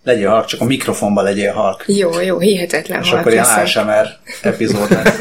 Legyél halk, csak a mikrofonba legyél halk. Jó, hihetetlen és halk. És akkor ilyen ASMR epizód lesz.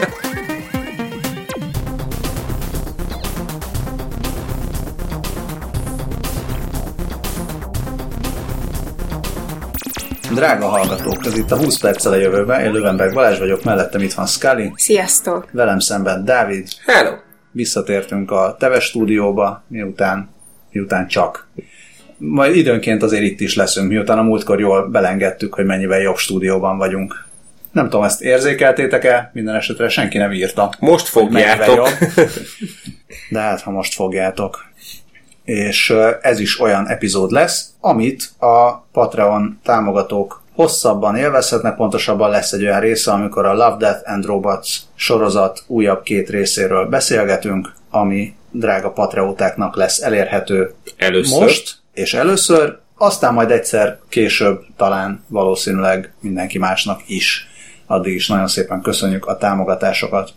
Drága hallgatók, ez itt a 20 perccel a jövőben. Én Löwenberg Balázs vagyok, mellettem itt van Scully. Sziasztok! Velem szemben Dávid. Hello! Visszatértünk a Teves stúdióba, miután csak. Majd időnként azért itt is leszünk, miután a múltkor jól belengedtük, hogy mennyivel jobb stúdióban vagyunk. Nem tudom, ezt érzékeltétek-e? Minden esetre senki nem írta. Most fogjátok. De hát, ha most fogjátok. És ez is olyan epizód lesz, amit a Patreon támogatók hosszabban élvezhetnek, pontosabban lesz egy olyan része, amikor a Love, Death and Robots sorozat újabb 2 részéről beszélgetünk, ami drága patriótáknak lesz elérhető most és először, aztán majd egyszer később talán valószínűleg mindenki másnak is. Addig is nagyon szépen köszönjük a támogatásokat.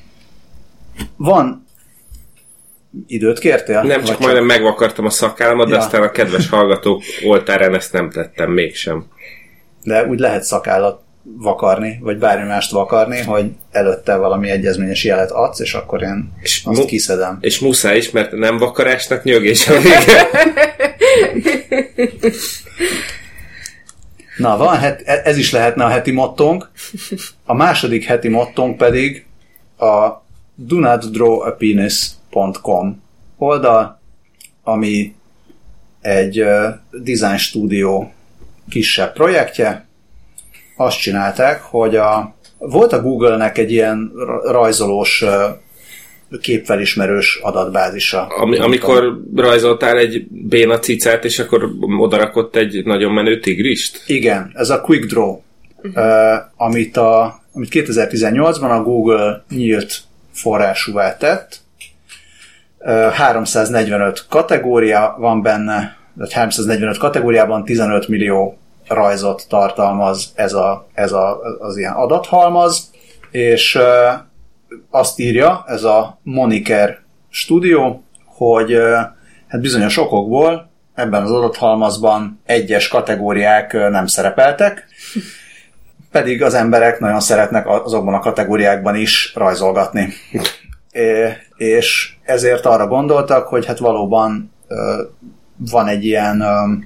Van időt kértél? Nem, csak majdnem megvakartam a szakállamat, de aztán a kedves hallgatók oltárán ezt nem tettem mégsem. De úgy lehet szakállat vakarni, vagy bármi mást vakarni, hogy előtte valami egyezményes jelet adsz, és akkor én azt kiszedem. És muszáj is, mert nem vakarásnak nyögés a vége. Na, van, ez is lehetne a heti mottónk. A második heti mottónk pedig a donotdrawapenis.com oldal, ami egy design stúdió kisebb projektje. Azt csinálták, hogy volt a Google-nek egy ilyen rajzolós, képfelismerős adatbázisa. Amikor rajzoltál egy béna cicát, és akkor odarakott egy nagyon menő tigrist? Igen, ez a Quick Draw, amit 2018-ban a Google nyílt forrásúvá tett. 345 kategória van benne, vagy 345 kategóriában 15 millió rajzot tartalmaz az ilyen adathalmaz, és azt írja ez a Moniker stúdió, hogy hát bizonyos okokból ebben az adathalmazban egyes kategóriák nem szerepeltek, pedig az emberek nagyon szeretnek azokban a kategóriákban is rajzolgatni. És ezért arra gondoltak, hogy hát valóban van egy ilyen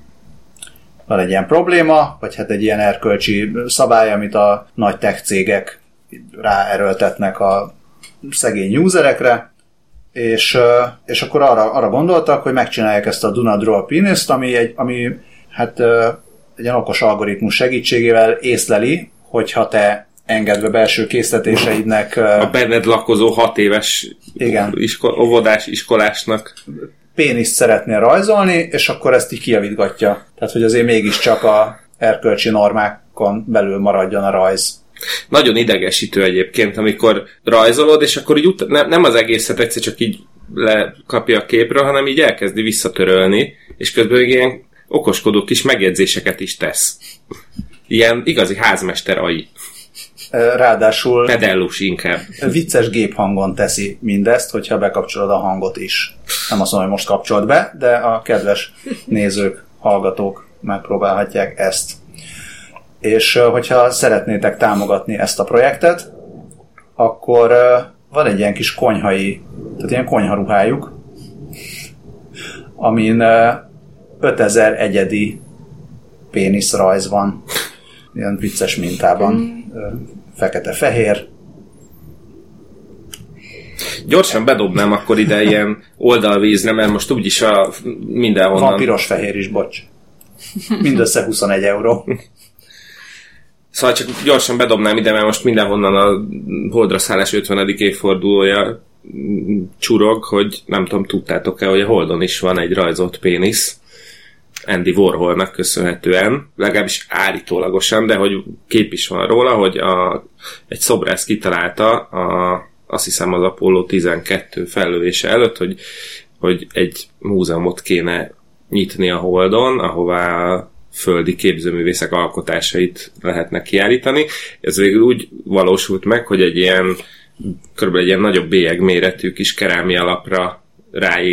probléma, vagy hát egy ilyen erkölcsi szabály, amit a nagy tech cégek ráerőltetnek a szegény userekre, és akkor arra gondoltak, hogy megcsinálják ezt a Do Not Draw a Penis-t, ami hát egy ilyen okos algoritmus segítségével észleli, hogyha te engedve belső készletéseidnek... A benned lakozó 6 éves óvodás iskolásnak péniszt szeretnél rajzolni, és akkor ezt így kijavítgatja. Tehát, hogy azért mégiscsak a erkölcsi normákon belül maradjon a rajz. Nagyon idegesítő egyébként, amikor rajzolod, és akkor így nem az egészet egyszer csak így lekapja a képről, hanem így elkezdi visszatörölni, és közben ilyen okoskodó kis megjegyzéseket is tesz. Ilyen igazi házmester AI. Ráadásul pedellus inkább. Vicces géphangon teszi mindezt, hogyha bekapcsolod a hangot is. Nem azt mondom, hogy most kapcsolt be, de a kedves nézők, hallgatók megpróbálhatják ezt. És hogyha szeretnétek támogatni ezt a projektet, akkor van egy ilyen kis konyhai, tehát ilyen konyharuhájuk, amin 5000 egyedi péniszrajz van, ilyen vicces mintában, fekete-fehér. Gyorsan bedobnám akkor ide ilyen oldalvízre, mert most úgyis mindenhonnan... Van piros-fehér is, bocs. Mindössze 21 euró. Szóval csak gyorsan bedobnám ide, mert most mindenhonnan a Holdra szállás 50. évfordulója csurog, hogy nem tudom, tudtátok-e, hogy a Holdon is van egy rajzolt pénisz, Andy Warholnak köszönhetően, legalábbis állítólagosan, de hogy kép is van róla, hogy egy szobrász kitalálta, azt hiszem az Apollo 12 fellövése előtt, hogy egy múzeumot kéne nyitni a Holdon, ahová a földi képzőművészek alkotásait lehetne kiállítani. Ez végül úgy valósult meg, hogy körülbelül egy ilyen nagyobb bélyegméretű kis kerámia lapra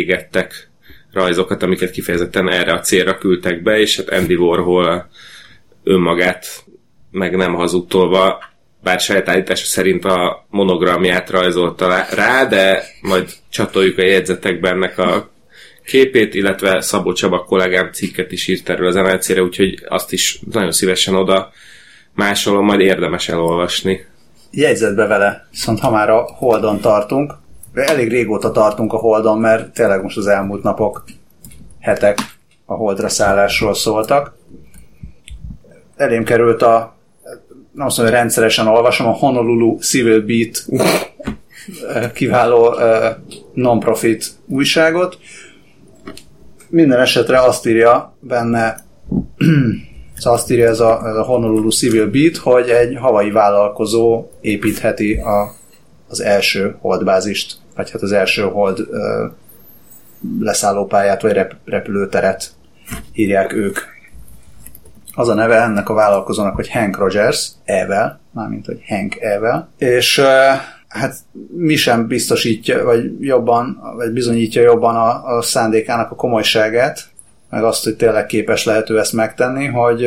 ráégettek rajzokat, amiket kifejezetten erre a célra küldtek be, és hát Andy Warhol önmagát meg nem hazudtolva, bár saját állítása szerint a monogramját rajzolta rá, de majd csatoljuk a jegyzetekben ennek a képét, illetve Szabó Csaba kollégám cikket is írt erről az NLC-re, úgyhogy azt is nagyon szívesen oda másolom, majd érdemes elolvasni. Jegyzetbe vele, viszont ha már a Holdon tartunk, elég régóta tartunk a Holdon, mert tényleg most az elmúlt napok, hetek a Holdra szállásról szóltak. Elém került nem azt mondom, hogy rendszeresen olvasom, a Honolulu Civil Beat kiváló non-profit újságot. Minden esetre azt írja benne, azt írja ez a Honolulu Civil Beat, hogy egy hawaii vállalkozó építheti az első holdbázist, vagy hát az első hold leszállópályát, vagy repülőteret írják ők. Az a neve ennek a vállalkozónak, hogy Hank Rogers, E-vel, mármint, hogy Hank E-vel, és hát mi sem biztosítja, vagy bizonyítja jobban a szándékának a komolyságát, meg azt, hogy tényleg képes lehet ő ezt megtenni, hogy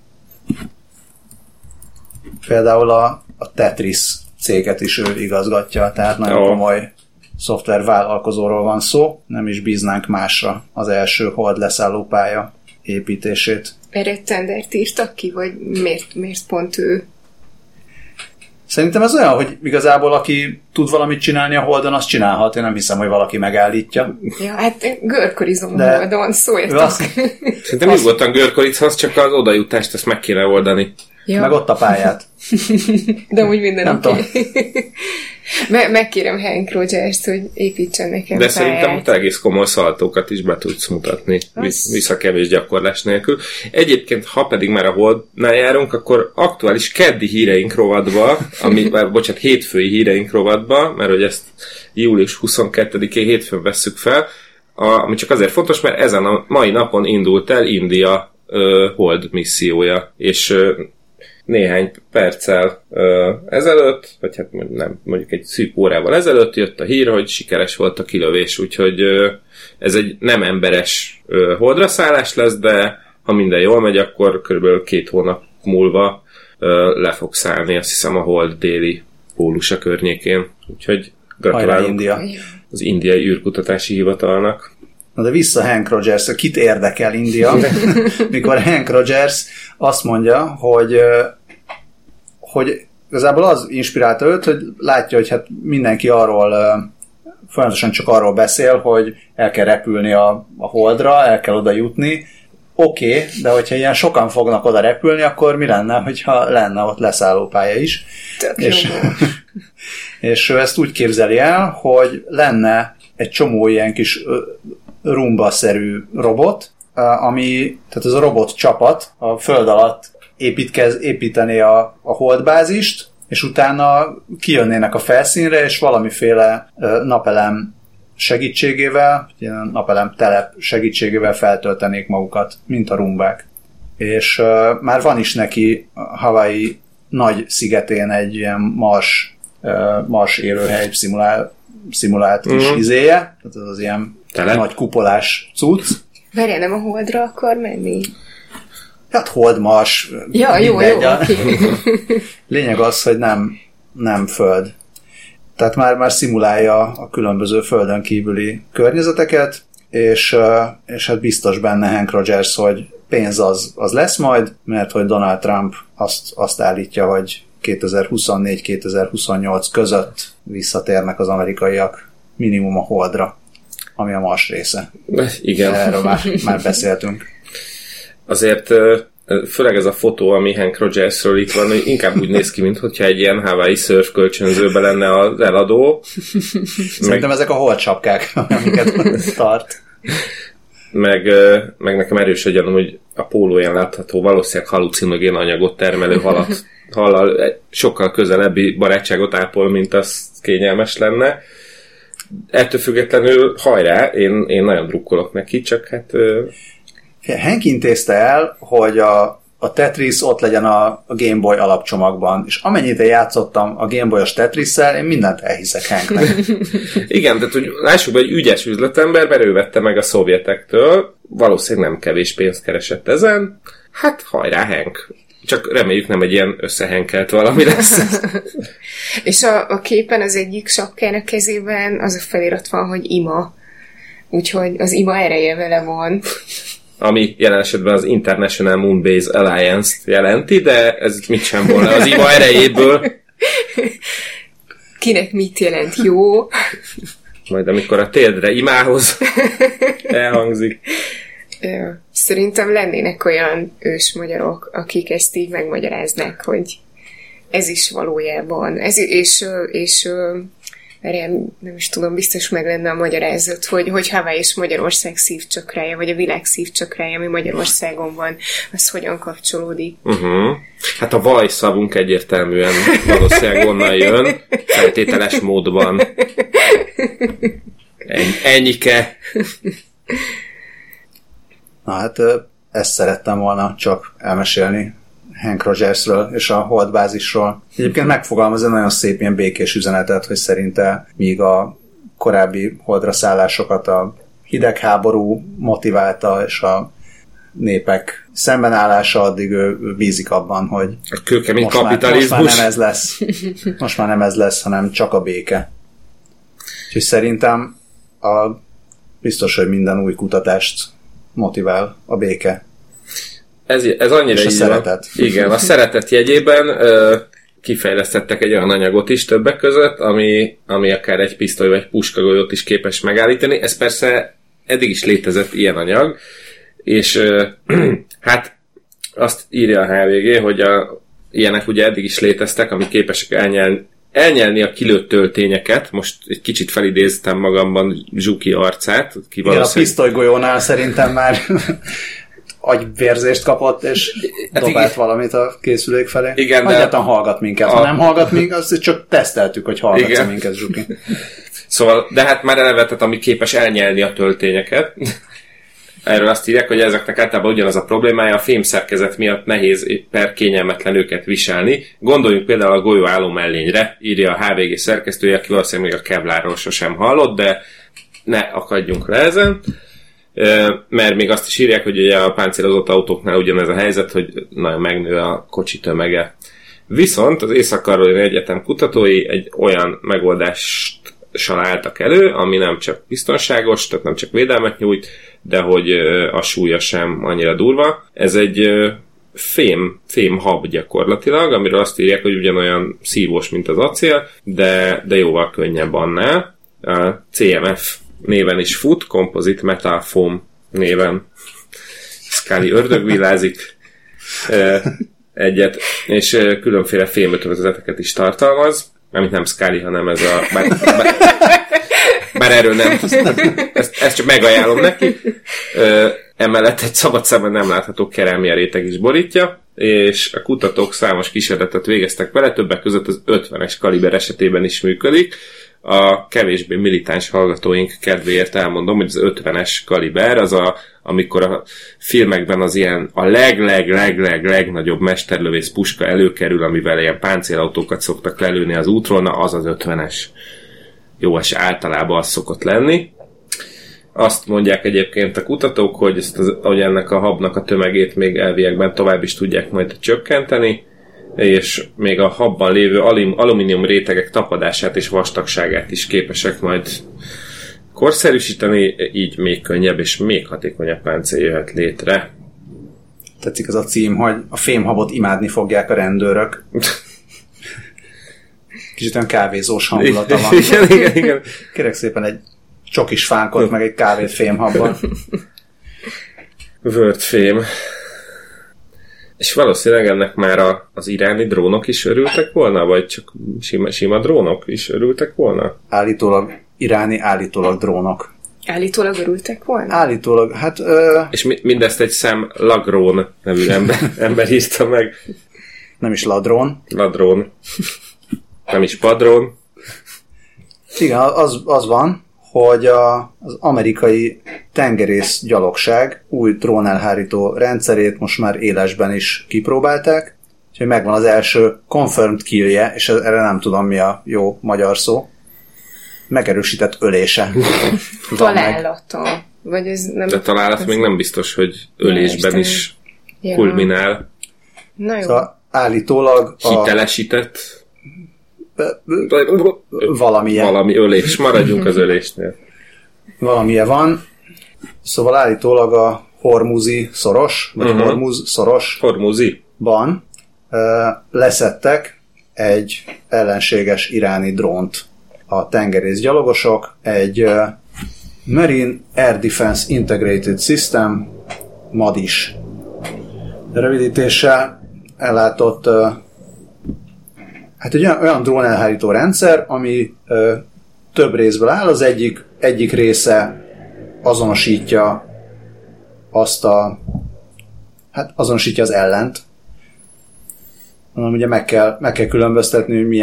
például a Tetris céget is ő igazgatja, tehát nagyon komoly szoftvervállalkozóról van szó, nem is bíznánk másra az első hold leszállópálya építését. Erre egy tendert írtak ki, vagy miért pont ő? Szerintem ez olyan, hogy igazából aki tud valamit csinálni a Holdon, azt csinálhat. Én nem hiszem, hogy valaki megállítja. Ja, hát görkorizom a Holdon, szóljatok. Szerintem nyugodtan görkorizhatsz, csak az odajutást ezt meg kéne oldani. Ja. Meg ott a pályát. De úgy minden nem tudom. Megkérem Hank Rogers-t, hogy építsen nekem de pályát. szerintem te egész komoly szaltókat is be tudsz mutatni, visszakevés gyakorlás nélkül. Egyébként, ha pedig már a Holdnál járunk, akkor aktuális keddi híreink rovatba, hétfői híreink rovatba, mert hogy ezt július 22-én hétfőn vesszük fel, ami csak azért fontos, mert ezen a mai napon indult el India Hold missziója, és néhány perccel ezelőtt, vagy hát nem, mondjuk egy szűk órával ezelőtt jött a hír, hogy sikeres volt a kilövés, úgyhogy ez egy nem emberes holdra szállás lesz, de ha minden jól megy, akkor körülbelül 2 hónap múlva le fog szállni, azt hiszem a Hold déli pólusa környékén. Úgyhogy gratulálunk India. Az indiai űrkutatási hivatalnak. Na de vissza Hank Rogers, kit érdekel India, mikor Hank Rogers azt mondja, hogy igazából az inspirálta őt, hogy látja, hogy hát mindenki folyamatosan csak arról beszél, hogy el kell repülni a Holdra, el kell oda jutni. Oké, de hogyha ilyen sokan fognak oda repülni, akkor mi lenne, hogyha lenne ott leszállópálya is? És ő ezt úgy képzeli el, hogy lenne egy csomó ilyen kis Roomba-szerű robot, tehát ez a robot csapat a föld alatt építeni a holdbázist, és utána kijönnének a felszínre, és valamiféle napelem segítségével, napelem telep segítségével feltöltenék magukat, mint a Roombák. És már van is neki Hawaii nagy szigetén egy ilyen Mars élőhely szimulált kis izéje, tehát az ilyen nagy kupolás cucc. Várjál, nem a Holdra akar menni? Hát Hold, Mars. Ja, jó, oké. Lényeg az, hogy nem Föld. Tehát már szimulálja a különböző Földön kívüli környezeteket, és hát biztos benne Hank Rogers, hogy pénz az lesz majd, mert hogy Donald Trump azt állítja, hogy 2024-2028 között visszatérnek az amerikaiak minimum a Holdra, ami a Mars része. Igen. Erről már beszéltünk. Azért főleg ez a fotó, ami Hank Rogersről itt van, inkább úgy néz ki, mintha egy ilyen Hawaii surf kölcsönzőben lenne az eladó. Szerintem ezek a holdsapkák, amiket tart. Meg nekem erős egy gyanúm, hogy a pólóján látható valószínűleg halucinogén anyagot termelő hallal sokkal közelebbi barátságot ápol, mint az kényelmes lenne. Ettől függetlenül hajrá, én nagyon drukkolok neki, csak hát... Hank intézte el, hogy a Tetris ott legyen a Game Boy alapcsomagban, és amennyit én játszottam a Game Boy-os Tetrisszel, én mindent elhiszek Hanknek. Igen, tehát hogy lássuk be, egy ügyes üzletember, mert ő vette meg a szovjetektől, valószínűleg nem kevés pénzt keresett ezen, Hát hajrá, Hank. Csak reméljük nem egy ilyen összehenkelt valami lesz. És a képen az egyik sapkának kezében az a felirat van, hogy ima. Úgyhogy az ima ereje vele van. Ami jelen esetben az International Moonbase Alliance-t jelenti, de ez mit sem volna az ima erejéből. Kinek mit jelent jó? Majd amikor a térdre imához elhangzik. Szerintem lennének olyan ősmagyarok, akik ezt így megmagyaráznák, hogy ez is valójában. És nem is tudom, biztos meg lenne a magyarázat, hogy Hawaii és Magyarország szívcsakrája, vagy a világ szívcsakrája, ami Magyarországon van, az hogyan kapcsolódik. Hát a vaj szavunk egyértelműen valószínűleg onnan jön, feltételes módban. Ennyike. Na hát ezt szerettem volna csak elmesélni Hank Rogersről és a holdbázisról. Egyébként megfogalmaz egy nagyon szép ilyen békés üzenetet, hogy szerinte míg a korábbi holdra szállásokat a hidegháború motiválta, és a népek szembenállása, addig ő bízik abban, hogy a kőkemény kapitalizmus. Most már nem ez lesz. Most már nem ez lesz, hanem csak a béke. Úgyhogy szerintem biztos, hogy minden új kutatást motivál a béke. Ez annyira és a így szeretet. Van. Igen, a szeretet jegyében kifejlesztettek egy olyan anyagot is többek között, ami akár egy pisztoly vagy puskagolyót is képes megállítani. Ez persze eddig is létezett ilyen anyag, és hát azt írja a HVG, hogy ilyenek ugye eddig is léteztek, amik képesek elnyelni a kilőtt töltényeket. Most egy kicsit felidéztem magamban Zsuki arcát. Igen, a pisztolygolyónál szerintem már agyvérzést kapott, és dobált valamit a készülék felé. Igen, de egyáltalán hallgat minket. Ha nem hallgat minket, azt csak teszteltük, hogy hallgatsz minket, Zsuki. Szóval, de hát már elevetet, ami képes elnyelni a töltényeket. Erről azt írják, hogy ezeknek általában ugyanaz a problémája, a fémszerkezet miatt nehéz per kényelmetlen őket viselni. Gondoljunk például a golyó álló mellényre, írja a HVG szerkesztője, aki valószínűleg még a Kevlarról sosem hallott, de ne akadjunk le ezen. Mert még azt is írják, hogy ugye a páncélozott autóknál ugyanez a helyzet, hogy nagyon megnő a kocsi tömege. Viszont az Észak-Karolina Egyetem kutatói egy olyan megoldást álltak elő, ami nem csak biztonságos, tehát nem csak védelmet nyújt, de hogy a súlya sem annyira durva. Ez egy fém hab gyakorlatilag, amiről azt írják, hogy ugyanolyan szívós, mint az acél, de jóval könnyebb annál. A CMF néven is fut, Composite Metal Foam néven. Scully ördögvillázik egyet, és különféle fémötvözeteket is tartalmaz, amit nem Scully, hanem ez a... Bár erről nem, ezt csak megajánlom neki. Emellett egy szabad szemben nem látható kerámia réteg is borítja, és a kutatók számos kísérletet végeztek vele, többek között az 50-es kaliber esetében is működik. A kevésbé militáns hallgatóink kedvéért elmondom, hogy az 50-es kaliber az amikor a filmekben az ilyen a legnagyobb mesterlövész puska előkerül, amivel ilyen páncélautókat szoktak lelőni az útról, na az 50-es. Jó, és általában az szokott lenni. Azt mondják egyébként a kutatók, hogy ennek a habnak a tömegét még elviekben tovább is tudják majd csökkenteni, és még a habban lévő alumínium rétegek tapadását és vastagságát is képesek majd korszerűsíteni, így még könnyebb és még hatékonyabb páncél jöhet létre. Tetszik az a cím, hogy a fémhabot imádni fogják a rendőrök. Kicsit olyan kávézós hangulata van. Igen. Kérek szépen egy csokis fánkot, meg egy kávét fémhabban. Wordfém. És valószínűleg ennek már az iráni drónok is örültek volna, vagy csak sima drónok is örültek volna? Állítólag iráni, állítólag drónok. Állítólag örültek volna? Állítólag, hát... És mindezt egy Sam Lagrón nevű ember írta meg. Nem is ladrón. Ladrón. Nem is padrón. Igen, az van, hogy az amerikai tengerész gyalogság új drónelhárító rendszerét most már élesben is kipróbálták, úgyhogy megvan az első confirmed kill-je, és erre nem tudom, mi a jó magyar szó. Megerősített ölése. Találata. Vagy ez nem... De találat még nem biztos, hogy ölésben is kulminál. Na jó. Szóval állítólag hitelesített valamilyen. Valami ölés. Maradjunk az ölésnél. Valamilyen van. Szóval állítólag a Hormuzi szoros, vagy Hormuz szoros Hormuzi-ban leszettek egy ellenséges iráni drónt a tengerészgyalogosok, egy Marine Air Defense Integrated System, MADIS rövidítéssel ellátott hát egy olyan drónelhárító rendszer, ami több részből áll. Az egyik része azonosítja azonosítja az ellent. Ugye meg kell különböztetni, hogy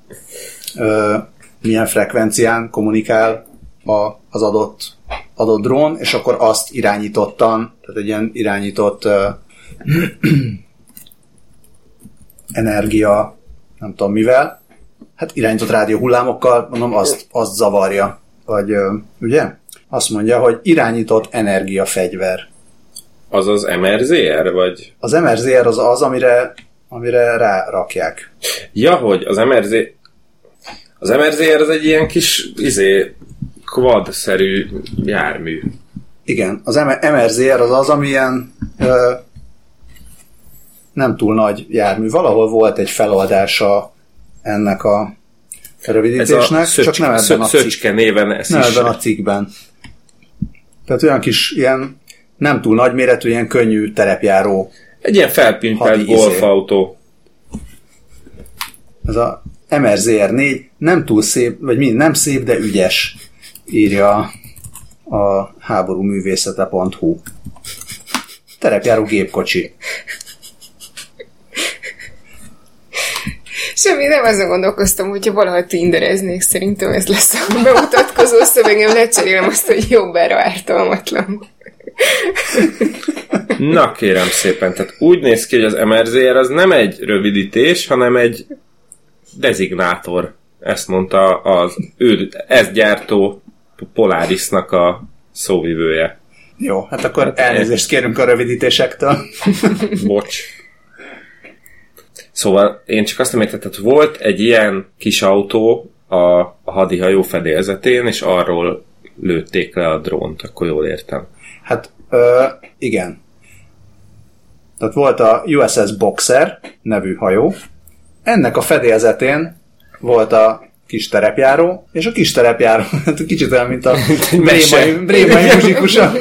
milyen frekvencián kommunikál az adott drón, és akkor azt irányítottan, tehát egy ilyen irányított energia, nem tudom mivel, hát irányított rádióhullámokkal, mondom, azt zavarja. Vagy, ugye? Azt mondja, hogy irányított energiafegyver. Az az MRZR, vagy? Az MRZR az, amire rárakják. Ja, hogy az MRZR az egy ilyen kis quad-szerű jármű. Igen, az MRZR az, ami ilyen nem túl nagy jármű. Valahol volt egy feloldása ennek a rövidítésnek, csak nem ebben a cikkben. Tehát olyan kis, ilyen nem túl nagy méretű, ilyen könnyű terepjáró. Egy ilyen felpimpelt golfautó. Ez a MRZR4 nem túl szép, vagy nem szép, de ügyes, írja a háborúművészete.hu. Terepjáró gépkocsi. Semmi, nem azon gondolkoztam, hogyha valaha tindereznék, szerintem ez lesz a bemutatkozó szövegem, lecserélem azt, hogy jobbára ártalmatlan. Na kérem szépen, tehát úgy néz ki, hogy az MRZR az nem egy rövidítés, hanem egy dezignátor. Ezt mondta az ezt gyártó Polarisnak a szóvivője. Jó, hát akkor elnézést kérünk a rövidítésektől. Bocs. Szóval én csak azt nem értettem, hogy volt egy ilyen kis autó a hadihajó fedélzetén, és arról lőtték le a drónt, akkor jól értem. Hát igen. Tehát volt a USS Boxer nevű hajó, ennek a fedélzetén volt a kis terepjáró, és a kis terepjáró, kicsit olyan, mint a brémai muzsikusa.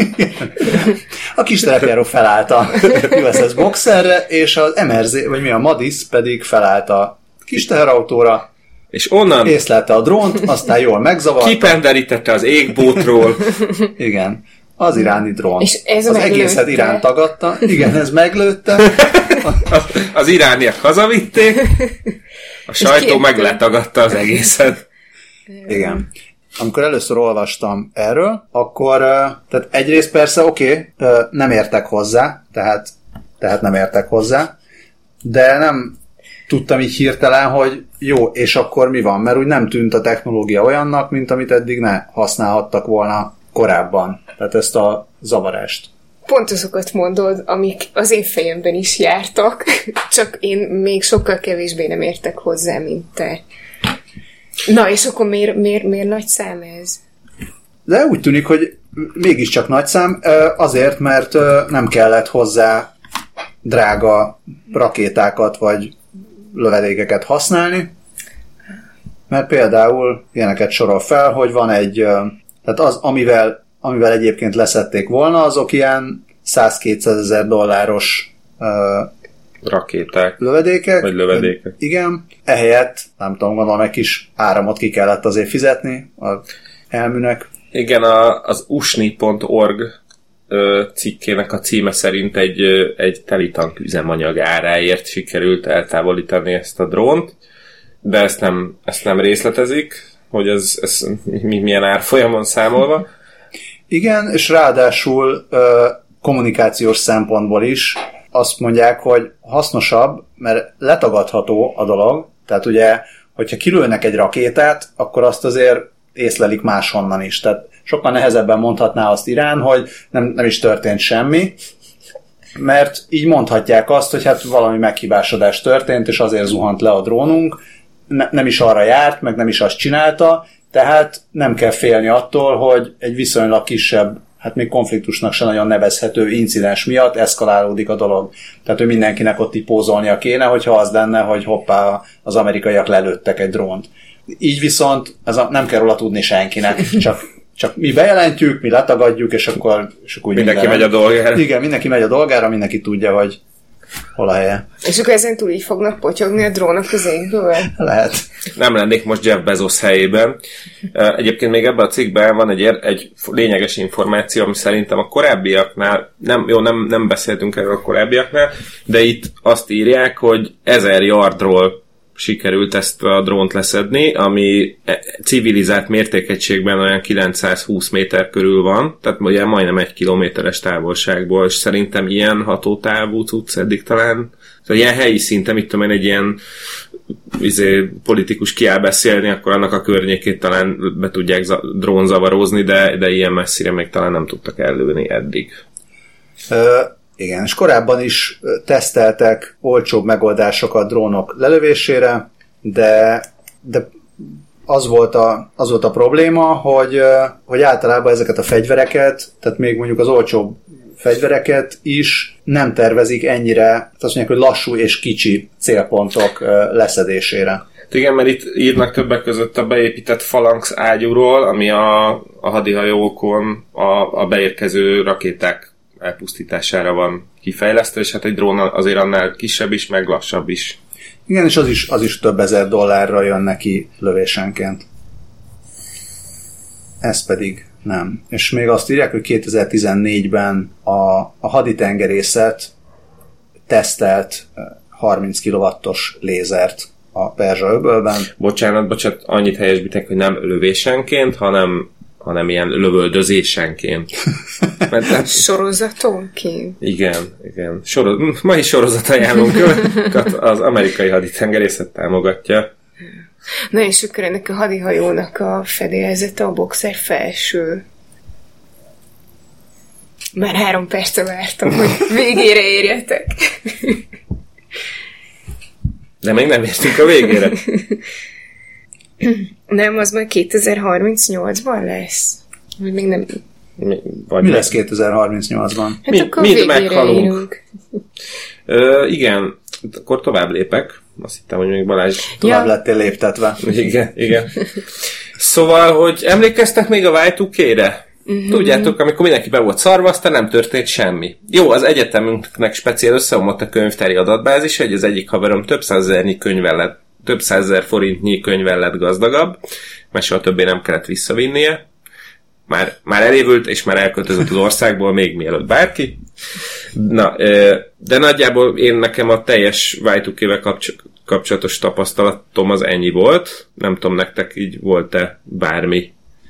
A kis terepjáró felállt a USS Boxerre, és az MRZ, vagy mi a MADIS pedig felállt a kis teherautóra, és onnan észlelte a drónt, aztán jól megzavarta. Kipenderítette az égbótról. Igen. Az iráni drón. És ez az egészet Irán tagadta. Igen, ez meglőtte. Az irániak hazavitték, a sajtó meg letagadta az egészet. Igen. Amikor először olvastam erről, akkor tehát egyrészt persze nem értek hozzá, tehát nem értek hozzá, de nem tudtam így hirtelen, hogy jó, és akkor mi van? Mert úgy nem tűnt a technológia olyannak, mint amit eddig ne használhattak volna korábban. Tehát ezt a zavarást. Pont azokat mondod, amik az én fejemben is jártak, csak én még sokkal kevésbé nem értek hozzá, mint te. Na, és akkor miért nagy szám ez? De úgy tűnik, hogy mégiscsak nagy szám, azért, mert nem kellett hozzá drága rakétákat vagy lövedékeket használni, mert például ilyeneket sorol fel, hogy van egy, tehát az, amivel egyébként leszették volna, azok ilyen $100-200 rakéták. Lövedékek. Vagy lövedékek. Igen. Ehelyett, nem tudom, gondolom, egy kis áramot ki kellett azért fizetni a elműnek. Igen, az usni.org cikkének a címe szerint egy telitank üzemanyag áráért sikerült eltávolítani ezt a drónt, de ezt nem részletezik, hogy ez milyen árfolyamon számolva. Igen, és ráadásul kommunikációs szempontból is azt mondják, hogy hasznosabb, mert letagadható a dolog, tehát ugye, hogyha kilőnek egy rakétát, akkor azt azért észlelik máshonnan is. Tehát sokkal nehezebben mondhatná azt Irán, hogy nem is történt semmi, mert így mondhatják azt, hogy hát valami meghibásodás történt, és azért zuhant le a drónunk, nem is arra járt, meg nem is azt csinálta, tehát nem kell félni attól, hogy egy viszonylag kisebb, hát még konfliktusnak se nagyon nevezhető incidens miatt eszkalálódik a dolog. Tehát, hogy mindenkinek ott így pózolnia kéne, hogyha az lenne, hogy hoppá, az amerikaiak lelőttek egy drónt. Így viszont nem kell róla tudni senkinek, csak mi bejelentjük, mi letagadjuk, és akkor mindenki megy a dolgára. Igen, mindenki megy a dolgára, mindenki tudja, hogy hol a helye. És akkor ezen túl így fognak potyogni a drónok az égből? Lehet. Nem lennék most Jeff Bezos helyében. Egyébként még ebben a cikkben van egy lényeges információ, ami szerintem a korábbiaknál, nem beszéltünk erről a korábbiaknál, de itt azt írják, hogy 1000 yardról sikerült ezt a drónt leszedni, ami civilizált mértékegységben olyan 920 méter körül van, tehát ugye majdnem 1 kilométeres távolságból, és szerintem ilyen hatótávú cucc eddig talán, tehát ilyen helyi szinten, mit tudom én, egy ilyen politikus kiáll beszélni, akkor annak a környékét talán be tudják drónzavarozni, de ilyen messzire még talán nem tudtak ellőni eddig. Igen, és korábban is teszteltek olcsóbb megoldásokat drónok lelövésére, de az volt a probléma, hogy általában ezeket a fegyvereket, tehát még mondjuk az olcsóbb fegyvereket is nem tervezik ennyire, azt mondják, hogy lassú és kicsi célpontok leszedésére. Igen, mert itt írnak többek között a beépített falanx ágyúról, ami a hadihajókon a beérkező rakéták elpusztítására van kifejlesztve, és hát egy drón azért annál kisebb is, meg lassabb is. Igen, és az is több ezer dollárra jön neki lövésenként. Ez pedig nem. És még azt írják, hogy 2014-ben a haditengerészet tesztelt 30 kW-os lézert a Perzsa-öbölben. Bocsánat, annyit helyesbitek, hogy nem lövésenként, hanem ilyen lövöldözésenként. Sorozatonként? Igen. Mai sorozat ajánlunk, az amerikai haditengerészet támogatja. Na és akkor ennek a hadihajónak a fedélzete a boxer felső. Már 3 perce vártam, hogy végére érjetek. De még nem értünk a végére. Nem, az majd 2038-ban lesz. Még nem... Mi lesz 2038-ban? Hát akkor mind meghalunk. Igen, akkor tovább lépek. Azt hittem, hogy még Balázs... Tovább lettél léptetve. Igen. Szóval, hogy emlékeztek még a Y2K-re? Tudjátok, amikor mindenki be volt szarva, aztán nem történt semmi. Jó, az egyetemünknek speciál összeomlott a könyvtári adatbázis, hogy az egyik haverom több százezer forintnyi könyvvel lett gazdagabb, mert soha többé nem kellett visszavinnie. Már elévült, és már elköltözött az országból, még mielőtt bárki. Na, de nagyjából nekem a teljes Y2K-vel kapcsolatos tapasztalatom az ennyi volt. Nem tudom, nektek így volt-e bármi?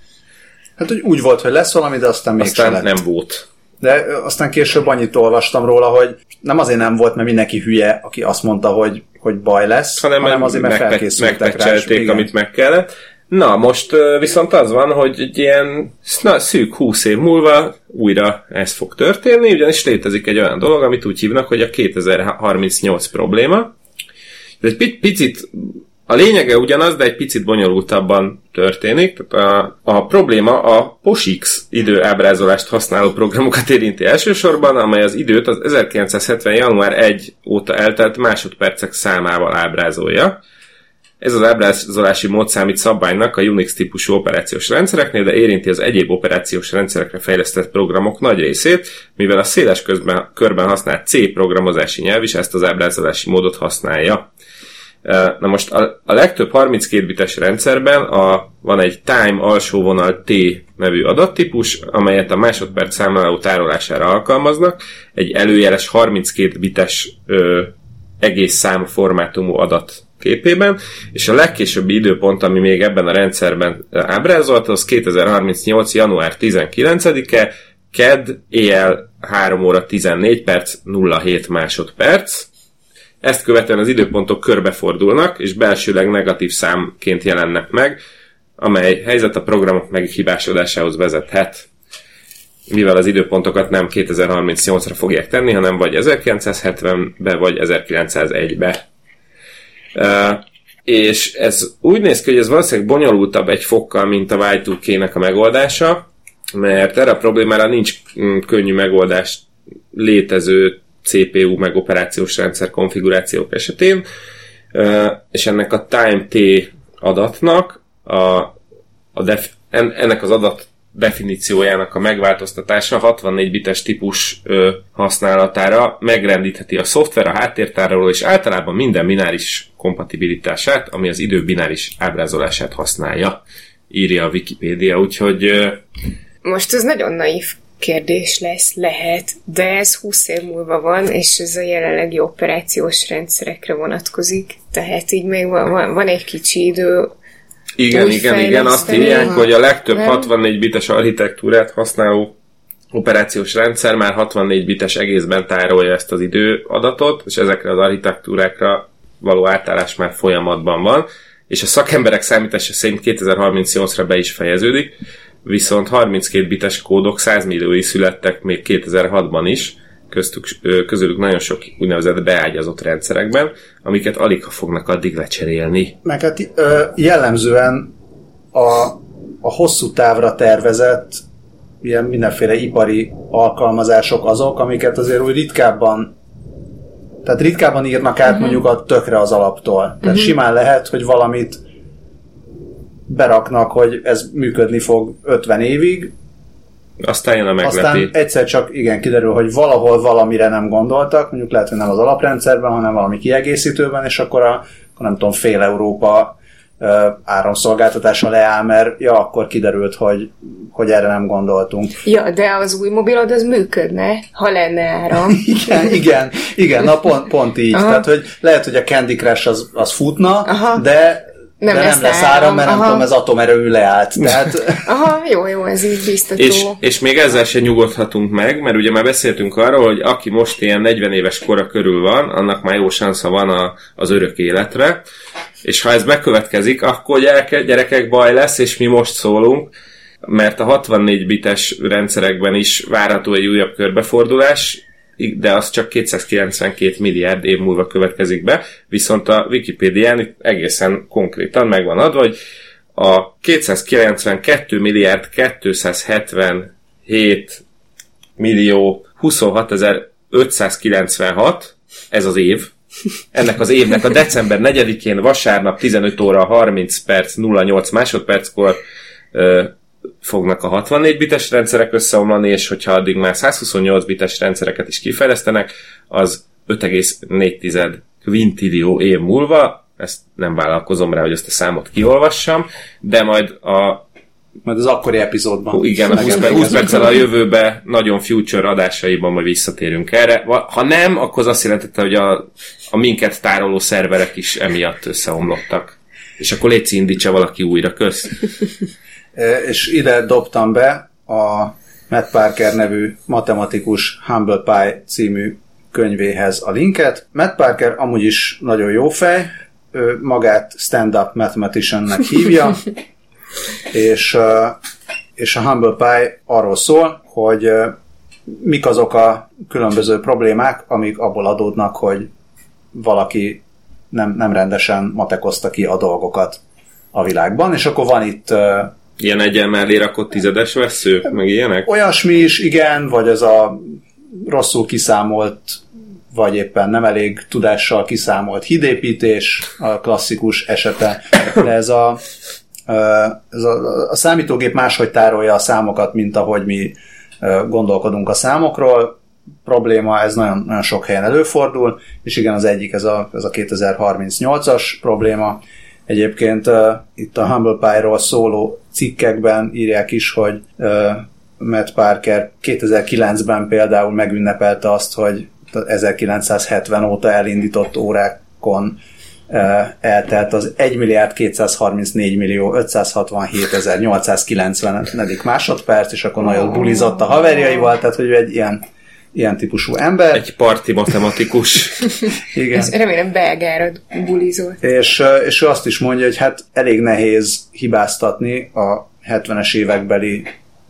Hát úgy volt, hogy lesz valami, de aztán mégsem lett. Nem volt. De aztán később annyit olvastam róla, hogy nem azért nem volt, mert mindenki hülye, aki azt mondta, hogy baj lesz, hanem azért, mert felkészültek rá. Amit meg kellett. Na, most viszont az van, hogy egy ilyen szűk 20 év múlva újra ez fog történni, ugyanis létezik egy olyan dolog, amit úgy hívnak, hogy a 2038 probléma. Ez egy picit, a lényege ugyanaz, de egy picit bonyolultabban történik. Tehát a probléma a POSIX időábrázolást használó programokat érinti elsősorban, amely az időt az 1970. január 1 óta eltelt másodpercek számával ábrázolja. Ez az ábrázolási mód számít szabványnak a Unix típusú operációs rendszereknél, de érinti az egyéb operációs rendszerekre fejlesztett programok nagy részét, mivel a széles körben használt C programozási nyelv is ezt az ábrázolási módot használja. Na most a legtöbb 32 bites rendszerben van egy time alsó vonal T nevű adattípus, amelyet a másodperc számláló tárolására alkalmaznak, egy előjeles 32 bites egész szám formátumú adat képében, és a legkésőbbi időpont, ami még ebben a rendszerben ábrázolt, az 2038. január 19-e, kedd éjjel 3 óra 14 perc 07 másodperc. Ezt követően az időpontok körbefordulnak, és belsőleg negatív számként jelennek meg, amely helyzet a programok meghibásodásához vezethet. mivel az időpontokat nem 2038-ra fogják tenni, hanem vagy 1970-be, vagy 1901-be. És ez úgy néz ki, hogy ez valószínűleg bonyolultabb egy fokkal, mint a Y2K-nek a megoldása, mert erre a problémára nincs könnyű megoldás létező CPU meg operációs rendszer konfigurációk esetén, és ennek a time T adatnak ennek az adat definíciójának a megváltoztatása 64 bites típus használatára megrendítheti a szoftver, a háttértároló és általában minden bináris kompatibilitását, ami az idő bináris ábrázolását használja, írja a Wikipédia, úgyhogy... Most ez nagyon naív kérdés lehet, de ez 20 év múlva van, és ez a jelenlegi operációs rendszerekre vonatkozik, tehát így még van egy kicsi idő. Igen, azt írják, hogy a legtöbb 64 bites architektúrát használó operációs rendszer már 64 bites egészben tárolja ezt az időadatot, és ezekre az architektúrákra való átállás már folyamatban van, és a szakemberek számítása szerint 2038-ra be is fejeződik, viszont 32 bites kódok 100 milliói születtek még 2006-ban is, közülük nagyon sok úgynevezett beágyazott rendszerekben, amiket alig fognak addig lecserélni. Meg hát jellemzően a hosszú távra tervezett ilyen mindenféle ipari alkalmazások azok, amiket azért úgy ritkábban írnak át mondjuk a tökre az alaptól. Tehát simán lehet, hogy valamit beraknak, hogy ez működni fog 50 évig, aztán jön a meglepi. Aztán egyszer csak kiderül, hogy valahol valamire nem gondoltak, mondjuk lehet, hogy nem az alaprendszerben, hanem valami kiegészítőben, és akkor nem tudom, fél Európa áramszolgáltatása leáll, mert akkor kiderült, hogy erre nem gondoltunk. Ja, de az új mobilod az működne, ha lenne áram. igen, na pont így. Aha. Tehát, hogy lehet, hogy a Candy Crush az futna, aha, de nem lesz áram, mert nem tudom, ez atomerőmű leállt. Tehát... Aha, jó, ez így biztató. És még ezzel sem nyugodhatunk meg, mert ugye már beszéltünk arról, hogy aki most ilyen 40 éves kora körül van, annak már jó sansza van az örök életre, és ha ez bekövetkezik, akkor gyerekek, baj lesz, és mi most szólunk, mert a 64 bites rendszerekben is várható egy újabb körbefordulás, de az csak 292 milliárd év múlva következik be, viszont a Wikipédián itt egészen konkrétan megvan adva, hogy a 292 milliárd 277 millió 26.596, ez az év, ennek az évnek a december 4-én vasárnap 15 óra 30 perc 08 másodperckor fognak a 64 bites rendszerek összeomlani, és hogyha addig már 128 bites rendszereket is kifejlesztenek, az 5,4 kvintillió év múlva, ezt nem vállalkozom rá, hogy ezt a számot kiolvassam, de majd az akkori epizódban. Igen, a 20 perccel a jövőbe nagyon future adásaiban majd visszatérünk erre. Ha nem, akkor az azt jelentette, hogy a minket tároló szerverek is emiatt összeomlottak. És akkor légy indítsa valaki újra, kösz. És ide dobtam be a Matt Parker nevű matematikus Humble Pie című könyvéhez a linket. Matt Parker amúgy is nagyon jó fej, ő magát stand-up mathematiciannek hívja, és a Humble Pie arról szól, hogy mik azok a különböző problémák, amik abból adódnak, hogy valaki nem rendesen matekozta ki a dolgokat a világban, és akkor van itt ilyen egyen mellé rakott tizedes vessző, meg ilyenek? Olyasmi is, igen, vagy ez a rosszul kiszámolt, vagy éppen nem elég tudással kiszámolt hídépítés, a klasszikus esete, de ez a számítógép máshogy tárolja a számokat, mint ahogy mi gondolkodunk a számokról. Probléma, ez nagyon, nagyon sok helyen előfordul, és igen, az egyik ez a 2038-as probléma. Egyébként itt a Humble Pie-ról szóló cikkekben írják is, hogy Matt Parker 2009-ben például megünnepelte azt, hogy 1970 óta elindított órákon eltelt az 1.234.567.890. másodperc, és akkor nagyon bulizott a haverjaival, tehát hogy egy ilyen típusú ember. Egy parti matematikus. Igen. Ezt remélem belgára bulizott. És ő azt is mondja, hogy hát elég nehéz hibáztatni a 70-es évekbeli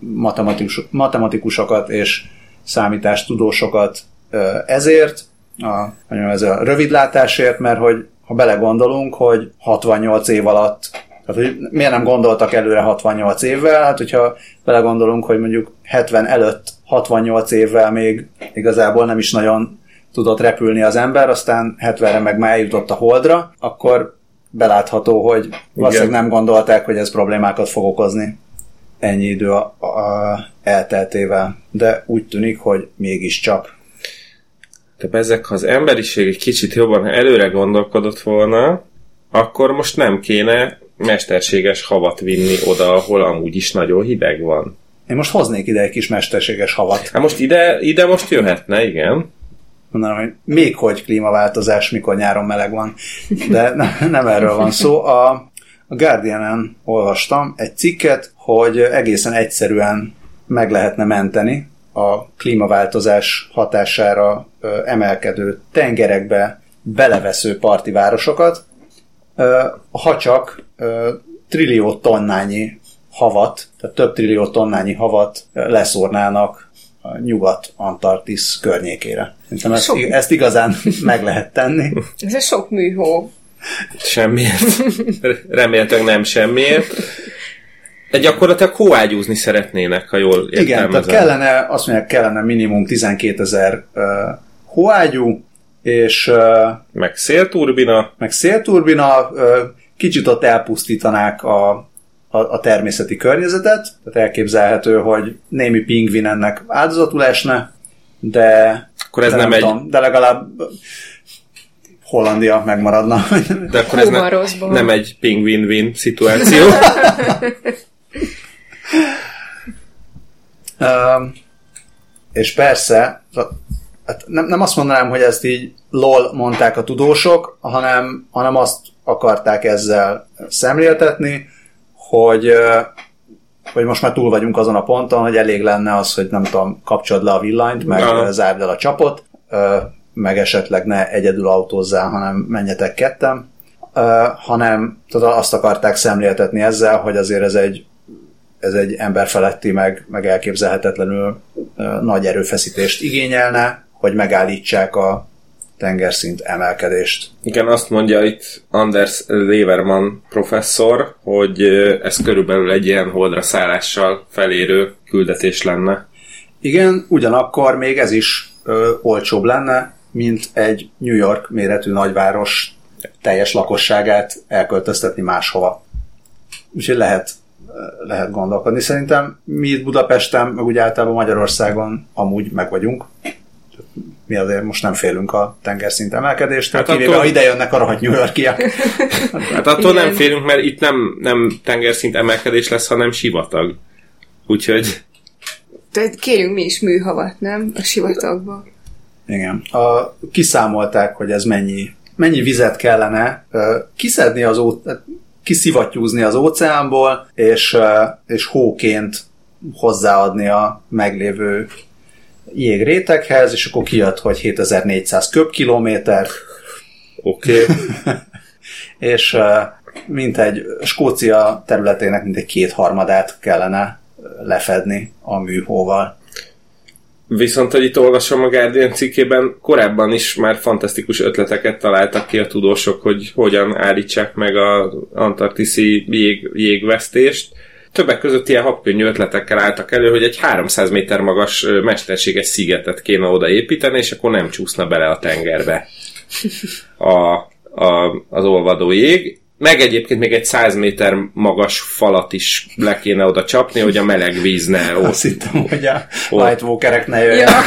matematikusokat és számítástudósokat ezért, ez a rövidlátásért, mert hogy ha belegondolunk, hogy 68 év alatt, tehát hogy miért nem gondoltak előre 68 évvel, hát hogyha belegondolunk, hogy mondjuk 70 előtt 68 évvel még igazából nem is nagyon tudott repülni az ember, aztán 70-re meg már eljutott a Holdra, akkor belátható, hogy valószínűleg nem gondolták, hogy ez problémákat fog okozni ennyi idő elteltével. De úgy tűnik, hogy mégiscsak. De ezek, ha az emberiség egy kicsit jobban előre gondolkodott volna, akkor most nem kéne mesterséges havat vinni oda, ahol amúgy is nagyon hideg van. Én most hoznék ide egy kis mesterséges havat. Hát most ide most jöhetne, igen. Mondanom, hogy még hogy klímaváltozás, mikor nyáron meleg van. De nem erről van szó. A Guardianen olvastam egy cikket, hogy egészen egyszerűen meg lehetne menteni a klímaváltozás hatására emelkedő tengerekbe belevesző parti városokat, ha csak trillió tonnányi havat, tehát több trillió tonnányi havat leszórnának a Nyugat-Antarktisz környékére. Ezt igazán meg lehet tenni. Ez a sok műhó. Semmiért. Remélhetőleg nem semmiért. De gyakorlatilag hóágyúzni szeretnének, ha jól értelmezem. Igen, tehát azt mondják, kellene minimum 12 000 hóágyú, és... meg szélturbina. Kicsit ott elpusztítanák a természeti környezetet, tehát elképzelhető, hogy némi pingvin ennek áldozatul esne, de... Akkor ez de legalább Hollandia megmaradna. De akkor ez nem egy pingvin-win szituáció. És persze, hát nem azt mondanám, hogy ezt így lol mondták a tudósok, hanem azt akarták ezzel szemléltetni, hogy most már túl vagyunk azon a ponton, hogy elég lenne az, hogy nem tudom, kapcsold le a villanyt, meg zárd el a csapot, meg esetleg ne egyedül autózzál, hanem menjetek ketten, hanem azt akarták szemléltetni ezzel, hogy azért ez egy emberfeletti, meg elképzelhetetlenül nagy erőfeszítést igényelne, hogy megállítsák a tengerszint emelkedést. Igen, azt mondja itt Anders Leverman professzor, hogy ez körülbelül egy ilyen holdra szállással felérő küldetés lenne. Igen, ugyanakkor még ez is olcsóbb lenne, mint egy New York méretű nagyváros teljes lakosságát elköltöztetni máshova. Úgyhogy lehet gondolkodni. Szerintem mi itt Budapesten, meg úgy általában Magyarországon amúgy meg vagyunk. Mi azért most nem félünk a tengerszint emelkedéstől, hát kivéve, ha ide jönnek a rohadt New Yorkiak. Hát attól nem félünk, mert itt nem tengerszint emelkedés lesz, hanem sivatag. Úgyhogy... Tehát kérjünk mi is műhavat, nem? A sivatagba. Igen. Kiszámolták, hogy ez mennyi vizet kellene kiszedni kiszivattyúzni az óceánból, és hóként hozzáadni a meglévő jégréteghez, és akkor kijött, hogy 7400 köbkilométer. Oké. És mintegy Skócia területének mintegy 2/3 kellene lefedni a műhóval. Viszont, hogy itt olvasom a Guardian cikkében, korábban is már fantasztikus ötleteket találtak ki a tudósok, hogy hogyan állítsák meg az antarktiszi jégvesztést. Többek között ilyen habkönnyű ötletekkel álltak elő, hogy egy 300 méter magas mesterséges szigetet kéne odaépíteni, és akkor nem csúszna bele a tengerbe az olvadó jég. Meg egyébként még egy 100 méter magas falat is le kéne oda csapni, hogy a meleg víz ne... Azt hittem, hogy a White Walkerek ne jöjjön. Ja.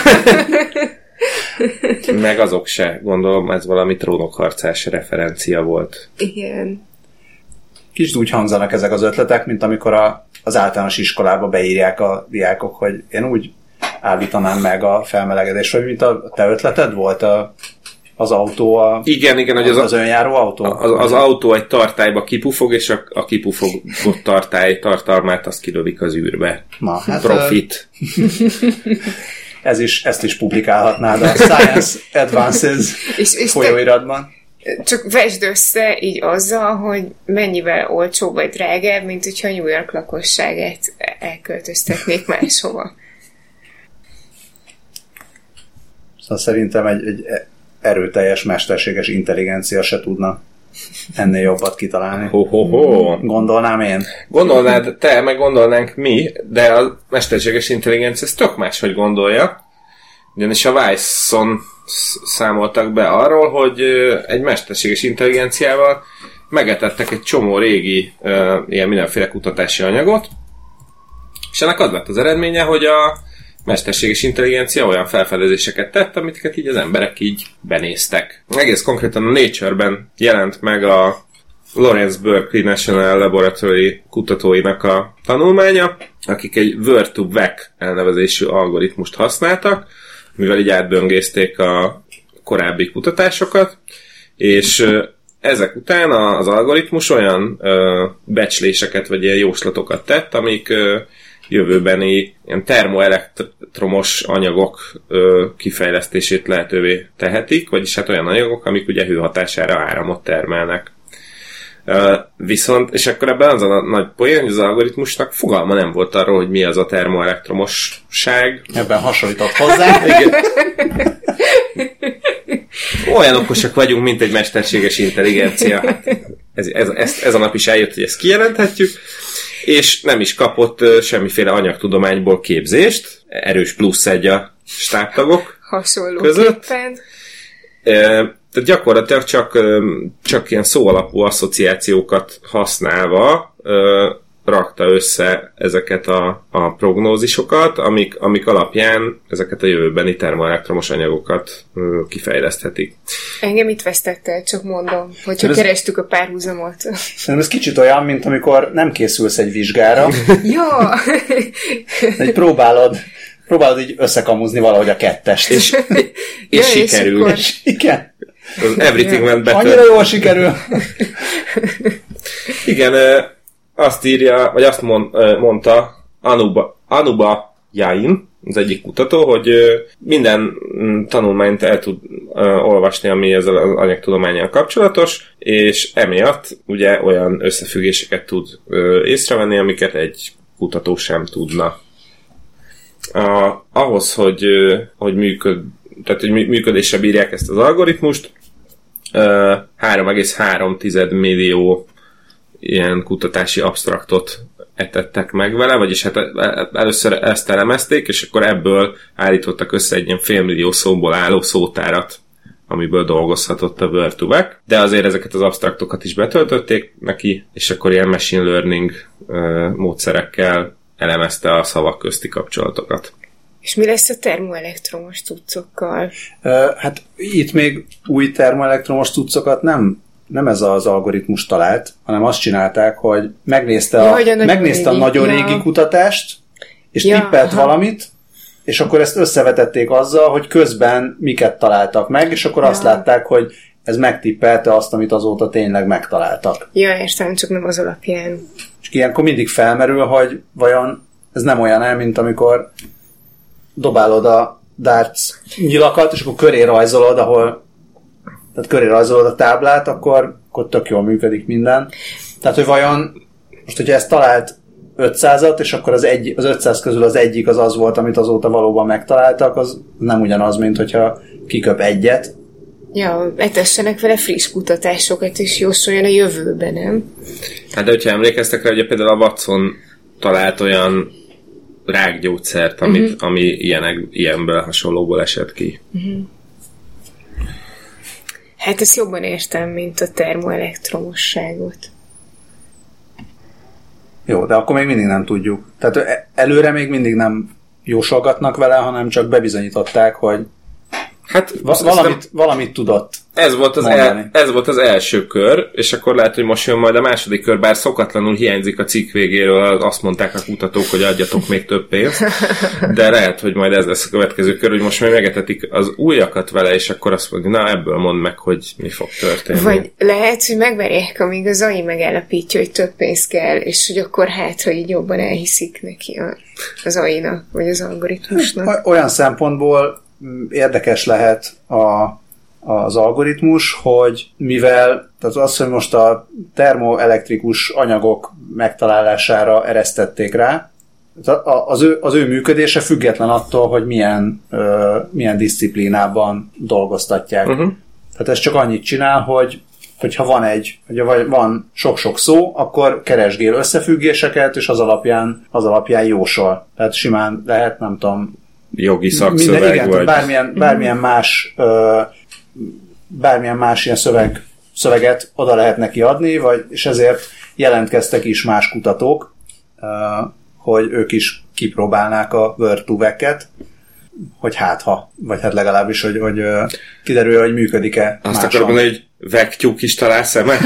Meg azok se, gondolom, ez valami trónokharcás referencia volt. Igen. Kicsit úgy hangzanak ezek az ötletek, mint amikor az általános iskolába beírják a diákok, hogy én úgy állítanám meg a felmelegedést, vagy mint a te ötleted volt az autó, igen, hogy az önjáró autó? Az autó egy tartályba kipufog, és a kipufogott tartály tartalmát azt kilövik az űrbe. Na, hát profit. Ezt is publikálhatnád a Science Advances folyóiratban. Csak vesd össze így azzal, hogy mennyivel olcsóbb vagy drágább, mint hogyha New York lakosságát elköltöztetnék máshova. Szóval szerintem egy erőteljes, mesterséges intelligencia se tudna ennél jobbat kitalálni. Gondolnám én. Gondolnád te, meg gondolnánk mi, de a mesterséges intelligencia ezt tök máshogy gondolja. Ugyanis a Vice-on számoltak be arról, hogy egy mesterséges intelligenciával megetettek egy csomó régi ilyen mindenféle kutatási anyagot, és ennek az lett az eredménye, hogy a mesterséges intelligencia olyan felfedezéseket tett, amiket így az emberek így benéztek. Egész konkrétan a Nature-ben jelent meg a Lawrence Berkeley National Laboratory kutatóinak a tanulmánya, akik egy Word2Vec elnevezésű algoritmust használtak, mivel így átböngészték a korábbi kutatásokat, és ezek után az algoritmus olyan becsléseket vagy ilyen jóslatokat tett, amik jövőbeni ilyen termoelektromos anyagok kifejlesztését lehetővé tehetik, vagyis hát olyan anyagok, amik ugye hő hatására áramot termelnek. Viszont, és akkor ebben az a nagy poén, hogy az algoritmusnak fogalma nem volt arról, hogy mi az a termoelektromosság. Ebben hasonlított hozzá. Olyan okosak vagyunk, mint egy mesterséges intelligencia. Hát ez a nap is eljött, hogy ezt kijelenthetjük, és nem is kapott semmiféle anyagtudományból képzést. Erős plusz egy a stábtagok között. Tehát gyakorlatilag csak ilyen szóalapú asszociációkat használva rakta össze ezeket a prognózisokat, amik alapján ezeket a jövőbeni termoelektromos anyagokat kifejleszthetik. Engem itt vesztett el, csak mondom, hogyha kerestük a párhuzamot. Szerintem ez kicsit olyan, mint amikor nem készülsz egy vizsgára. Ja! Egy próbálod így összekamuzni valahogy a kettest. És sikerül. És igen. Everything went better. Annyira jól sikerül. Igen, azt írja, vagy azt mondta Anuba Jain, az egyik kutató, hogy minden tanulmányt el tud olvasni, ami ezzel az anyagtudománnyal kapcsolatos, és emiatt ugye olyan összefüggéseket tud észrevenni, amiket egy kutató sem tudna. Ahhoz, hogy működésre bírják ezt az algoritmust, 3,3 millió ilyen kutatási absztraktot etettek meg vele, vagyis hát először ezt elemezték, és akkor ebből állítottak össze egy ilyen 500 000 szóból álló szótárat, amiből dolgozhatott a Word2Vec, de azért ezeket az absztraktokat is betöltötték neki, és akkor ilyen machine learning módszerekkel elemezte a szavak közti kapcsolatokat. És mi lesz a termoelektromos cuccokkal? Hát itt még új termoelektromos cuccokat nem ez az algoritmus talált, hanem azt csinálták, hogy megnézte a nagyon régi kutatást, és tippelt valamit, és akkor ezt összevetették azzal, hogy közben miket találtak meg, és akkor azt látták, hogy ez megtippelte azt, amit azóta tényleg megtaláltak. Ja, értem, csak nem az alapján. És ilyenkor mindig felmerül, hogy vajon ez nem olyan mint amikor dobálod a darts nyilakat, és akkor köré rajzolod, tehát köré rajzolod a táblát, akkor tök jól működik minden. Tehát, hogy vajon most, hogyha ezt talált 500-at, és akkor az 500 közül az egyik az volt, amit azóta valóban megtaláltak, az nem ugyanaz, mint hogyha kiköp egyet. Ja, etessenek vele friss kutatásokat, és jósoljon a jövőben, nem? Hát de hogyha emlékeztek rá, hogy például a Watson talált olyan rákgyógyszert, ami ilyenből hasonlóból esett ki. Hát ezt jobban értem, mint a termoelektromosságot. Jó, de akkor még mindig nem tudjuk. Tehát előre még mindig nem jósolgatnak vele, hanem csak bebizonyították, hogy hát valamit tudott. Ez volt az első kör, és akkor lehet, hogy most jön majd a második kör, bár szokatlanul hiányzik a cikk végéről, azt mondták a kutatók, hogy adjatok még több pénzt, de lehet, hogy majd ez lesz a következő kör, hogy most még megetetik az újakat vele, és akkor azt mondja, na ebből mondd meg, hogy mi fog történni. Vagy lehet, hogy megverják, amíg az AI megállapítja, hogy több pénz kell, és hogy akkor ha így jobban elhiszik neki az AI-nak, vagy az algoritmusnak. Olyan szempontból érdekes lehet az algoritmus, hogy mivel tehát az, hogy most a termoelektrikus anyagok megtalálására eresztették rá az ő működése független attól, hogy milyen diszciplínában dolgoztatják. Tehát ez csak annyit csinál, hogyha van sok-sok szó, akkor keresgél összefüggéseket, és az alapján jósol. Tehát simán lehet, nem tudom, jogi szakszöveg, igen, vagy bármilyen más ilyen szöveget oda lehet neki adni, és ezért jelentkeztek is más kutatók, hogy ők is kipróbálnák a Word2Vec-et, hogy vagy hát legalábbis, hogy kiderül, hogy működik-e máson. Azt akarom mondani, hogy vektyúk is talál szemet?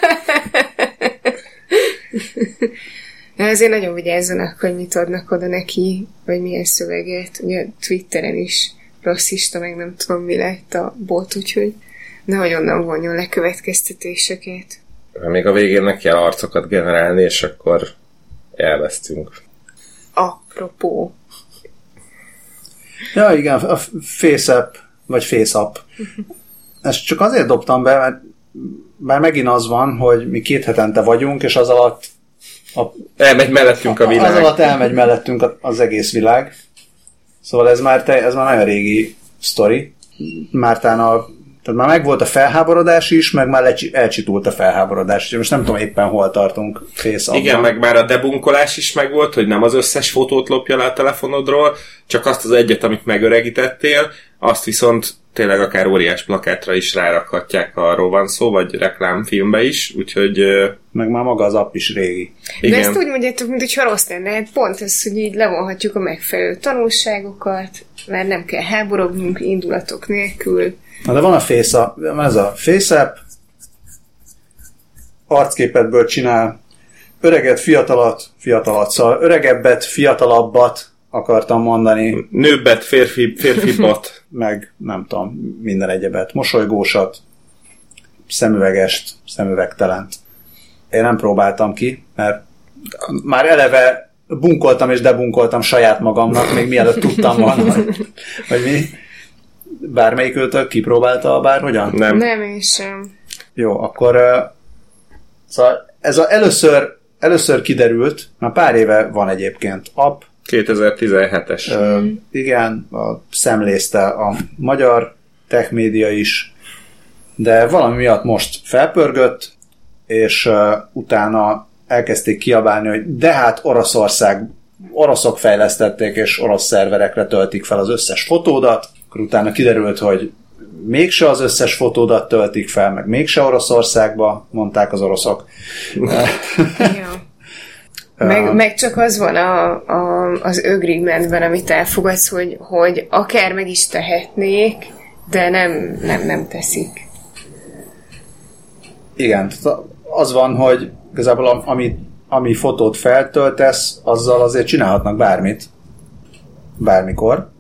Azért nagyon vigyázzanak, hogy mit adnak oda neki, vagy milyen szöveget. Ugye Twitteren is rasszista, meg nem tudom, mi lett a bot, úgyhogy nehogy onnan vonjon le következtetéseket. Még a végén neki kell arcokat generálni, és akkor elvesztünk. Apropó. Ja, igen, a FaceApp, vagy FaceApp. Ezt csak azért dobtam be, mert már megint az van, hogy mi 2 hetente vagyunk, és az alatt elmegy mellettünk a világ. Az alatt elmegy mellettünk az egész világ. Szóval ez már nagyon régi sztori. Tehát már megvolt a felháborodás is, meg már elcsitult a felháborodás. Most nem tudom éppen hol tartunk FaceApp-ban. Igen, meg már a debunkolás is megvolt, hogy nem az összes fotót lopja le a telefonodról, csak azt az egyet, amit megöregítettél, azt viszont tényleg akár óriás plakátra is rárakhatják, ha arról van szó, vagy reklámfilmbe is, úgyhogy... Meg már maga az app is régi. Igen. De ezt úgy mondjátok, mint hogy rossz lenne, hát pont ez, hogy így levonhatjuk a megfelelő tanulságokat, mert nem kell háborognunk indulatok nélkül. Na de van ez a FaceApp, arcképetből csinál öreget, fiatalat, szóval öregebbet, fiatalabbat akartam mondani. Nőbbet, férfibat. Meg nem tudom, minden egyebet. Mosolygósat, szemüvegest, szemüvegtelent. Én nem próbáltam ki, mert már eleve bunkoltam és debunkoltam saját magamnak, még mielőtt tudtam volna, hogy mi. Bármelyik őtök kipróbálta bárhogyan? Nem, én sem. Jó, akkor szóval ez először kiderült, már pár éve van egyébként app. 2017-es. Igen, szemlézte a magyar tech média is, de valami miatt most felpörgött, és utána elkezdték kiabálni, hogy de hát oroszok fejlesztették, és orosz szerverekre töltik fel az összes fotódat, akkor utána kiderült, hogy mégse az összes fotódat töltik fel, meg mégse Oroszországba, mondták az oroszok. Ja. Meg csak az van az agreementben, amit elfogadsz, hogy akár meg is tehetnék, de nem teszik. Igen, az van, hogy igazából ami fotót feltöltesz, azzal azért csinálhatnak bármit. Bármikor.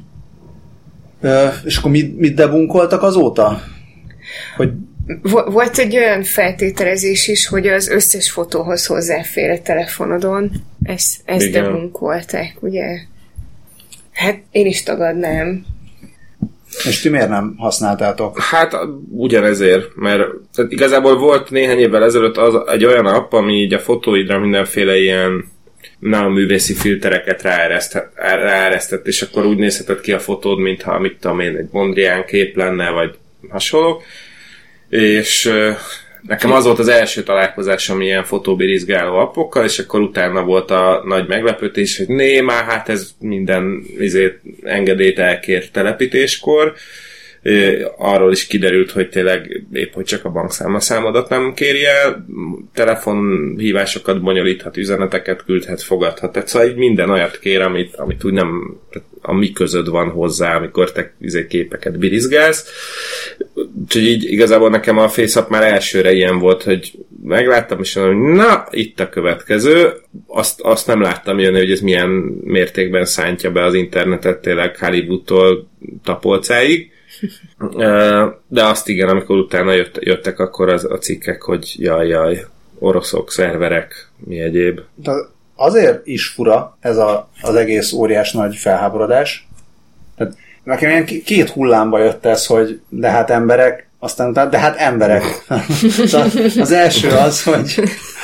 És akkor mit debunkoltak azóta? Hogy... Volt egy olyan feltételezés is, hogy az összes fotóhoz hozzáfér a telefonodon. Ezt debunkolták, ugye? Hát én is tagadnám. És ti miért nem használtátok? Hát ugyanezért, mert igazából volt néhány évvel ezelőtt egy olyan app, ami így a fotóidra mindenféle ilyen nem művészi filtereket ráeresztett, és akkor úgy nézhetett ki a fotód, mintha, mit tudom én, egy Mondrian kép lenne, vagy hasonlók. És nekem az volt az első találkozásom ilyen fotóbirizgáló appokkal, és akkor utána volt a nagy meglepetés, hogy hát ez minden engedélyt elkér telepítéskor. Arról is kiderült, hogy tényleg épp hogy csak a bankszámlaszámodat nem kéri el, telefonhívásokat bonyolíthat, üzeneteket küldhet, fogadhat. Tehát szóval így minden olyat kér, amit úgy nem a mi közöd van hozzá, amikor te képeket birizgálsz. Úgyhogy így igazából nekem a FaceApp már elsőre ilyen volt, hogy megláttam, és mondom, hogy na, itt a következő. Azt nem láttam jönni, hogy ez milyen mértékben szántja be az internetet tényleg Hollywoodtól Tapolcáig. De azt igen, amikor utána jöttek akkor a cikkek, hogy jaj, oroszok, szerverek, mi egyéb. De azért is fura ez az egész óriás nagy felháborodás. Tehát nekem ilyen 2 hullámba jött ez, hogy de hát emberek, aztán utána, de hát emberek. Az első az,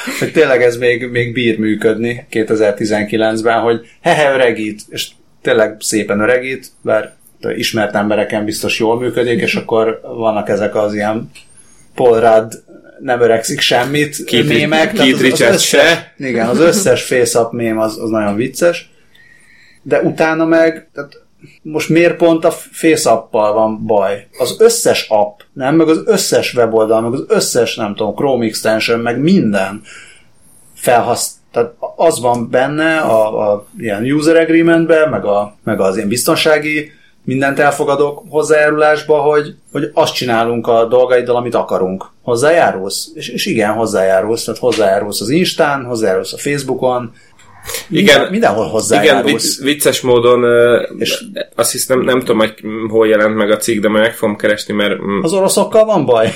hogy tényleg ez még bír működni 2019-ben, hogy öregít, és tényleg szépen öregít, bár ismert embereken biztos jól működik, és akkor vannak ezek az ilyen Paul Rudd nem öregszik semmit mémek. Igen, az összes face-up mém az nagyon vicces, de utána meg most miért pont a face-appal van baj? Az összes app, nem? Meg az összes weboldal, meg az összes, nem tudom, Chrome extension, meg minden tehát az van benne a ilyen user agreementben, meg az ilyen biztonsági mindent elfogadok hozzájárulásba, hogy azt csinálunk a dolgaiddal, amit akarunk. Hozzájárulsz? És igen, hozzájárulsz. Tehát hozzájárulsz az Instán, hozzájárulsz a Facebookon, mindenhol hozzájárulsz. Igen, vicces módon, és azt hiszem, nem tudom, hogy hol jelent meg a cikk, de majd meg fogom keresni, mert... Az oroszokkal van baj?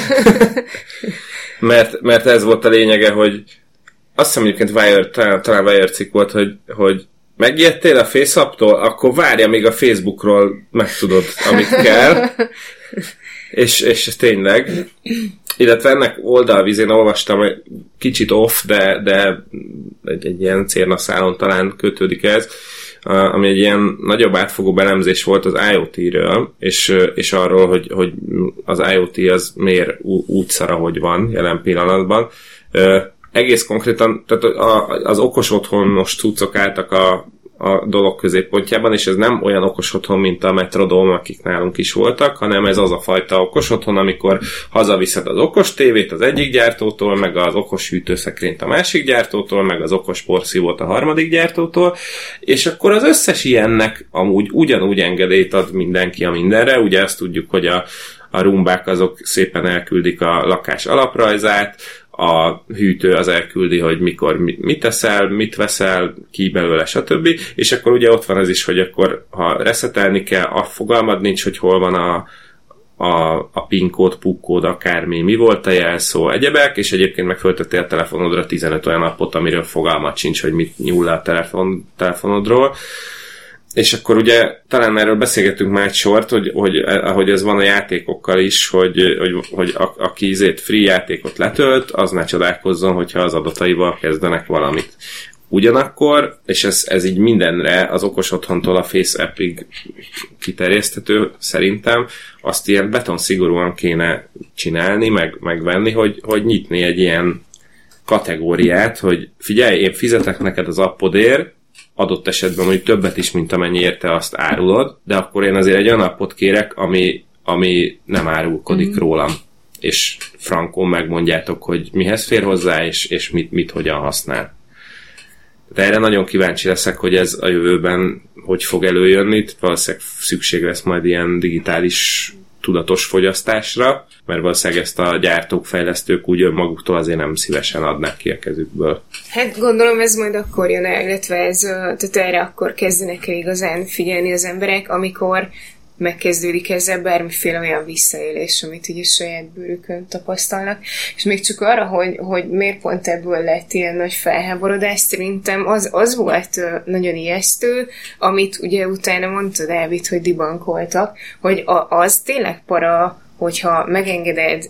mert ez volt a lényege, hogy azt hiszem egyébként talán Wire cikk volt, hogy megijedtél a FaceApp-tól, akkor várja, még a Facebookról megtudod, amit kell. és tényleg. Illetve ennek oldalvizén olvastam, kicsit off, de egy ilyen cérnaszálon talán kötődik ez, ami egy ilyen nagyobb átfogó belemzés volt az IoT-ről, és arról, hogy az IoT az miért úgy szar, ahogy van jelen pillanatban. Egész konkrétan, tehát az okos otthonos cuccok álltak a dolog középpontjában, és ez nem olyan okos otthon, mint a Metrodome, akik nálunk is voltak, hanem ez az a fajta okos otthon, amikor hazaviszed az okos tévét az egyik gyártótól, meg az okos hűtőszekrényt a másik gyártótól, meg az okos porszívót a harmadik gyártótól, és akkor az összes ilyennek amúgy ugyanúgy engedélyt ad mindenki a mindenre. Ugye azt tudjuk, hogy a rumbák azok szépen elküldik a lakás alaprajzát, a hűtő az elküldi, hogy mikor mit teszel, mit veszel, ki belőle, stb. És akkor ugye ott van ez is, hogy akkor ha reszetelni kell, a fogalmad nincs, hogy hol van a PIN kód, PUK kód, akármi, mi volt a jelszó, egyebek, és egyébként meg föltettél a telefonodra 15 olyan appot, amiről fogalmad sincs, hogy mit nyúl le a telefonodról. És akkor ugye talán erről beszélgetünk már egy sort, hogy ahogy ez van a játékokkal is, hogy aki free játékot letölt, az ne csodálkozzon, hogyha az adataival kezdenek valamit. Ugyanakkor, és ez így mindenre, az okos otthontól a Face Appig kiterjeszthető szerintem, azt ilyen betonszigorúan kéne csinálni, megvenni, hogy nyitni egy ilyen kategóriát, hogy figyelj, én fizetek neked az appodért, adott esetben mondjuk többet is, mint amennyiért te azt árulod, de akkor én azért egy olyan appot kérek, ami nem árulkodik rólam. És frankon megmondjátok, hogy mihez fér hozzá, és mit hogyan használ. De erre nagyon kíváncsi leszek, hogy ez a jövőben hogy fog előjönni. Valószínűleg szükség lesz majd ilyen digitális tudatos fogyasztásra, mert valószínűleg ezt a gyártók, fejlesztők úgy önmaguktól azért nem szívesen adnák ki a kezükből. Hát gondolom ez majd akkor jön el, illetve tehát erre akkor kezdenek el igazán figyelni az emberek, amikor megkezdődik ezzel bármiféle olyan visszaélés, amit ugye saját bőrükön tapasztalnak. És még csak arra, hogy miért pont ebből lett ilyen nagy felháborodás, szerintem az volt nagyon ijesztő, amit ugye utána mondta Dávid, hogy dibankoltak, hogy az tényleg para, hogyha megengeded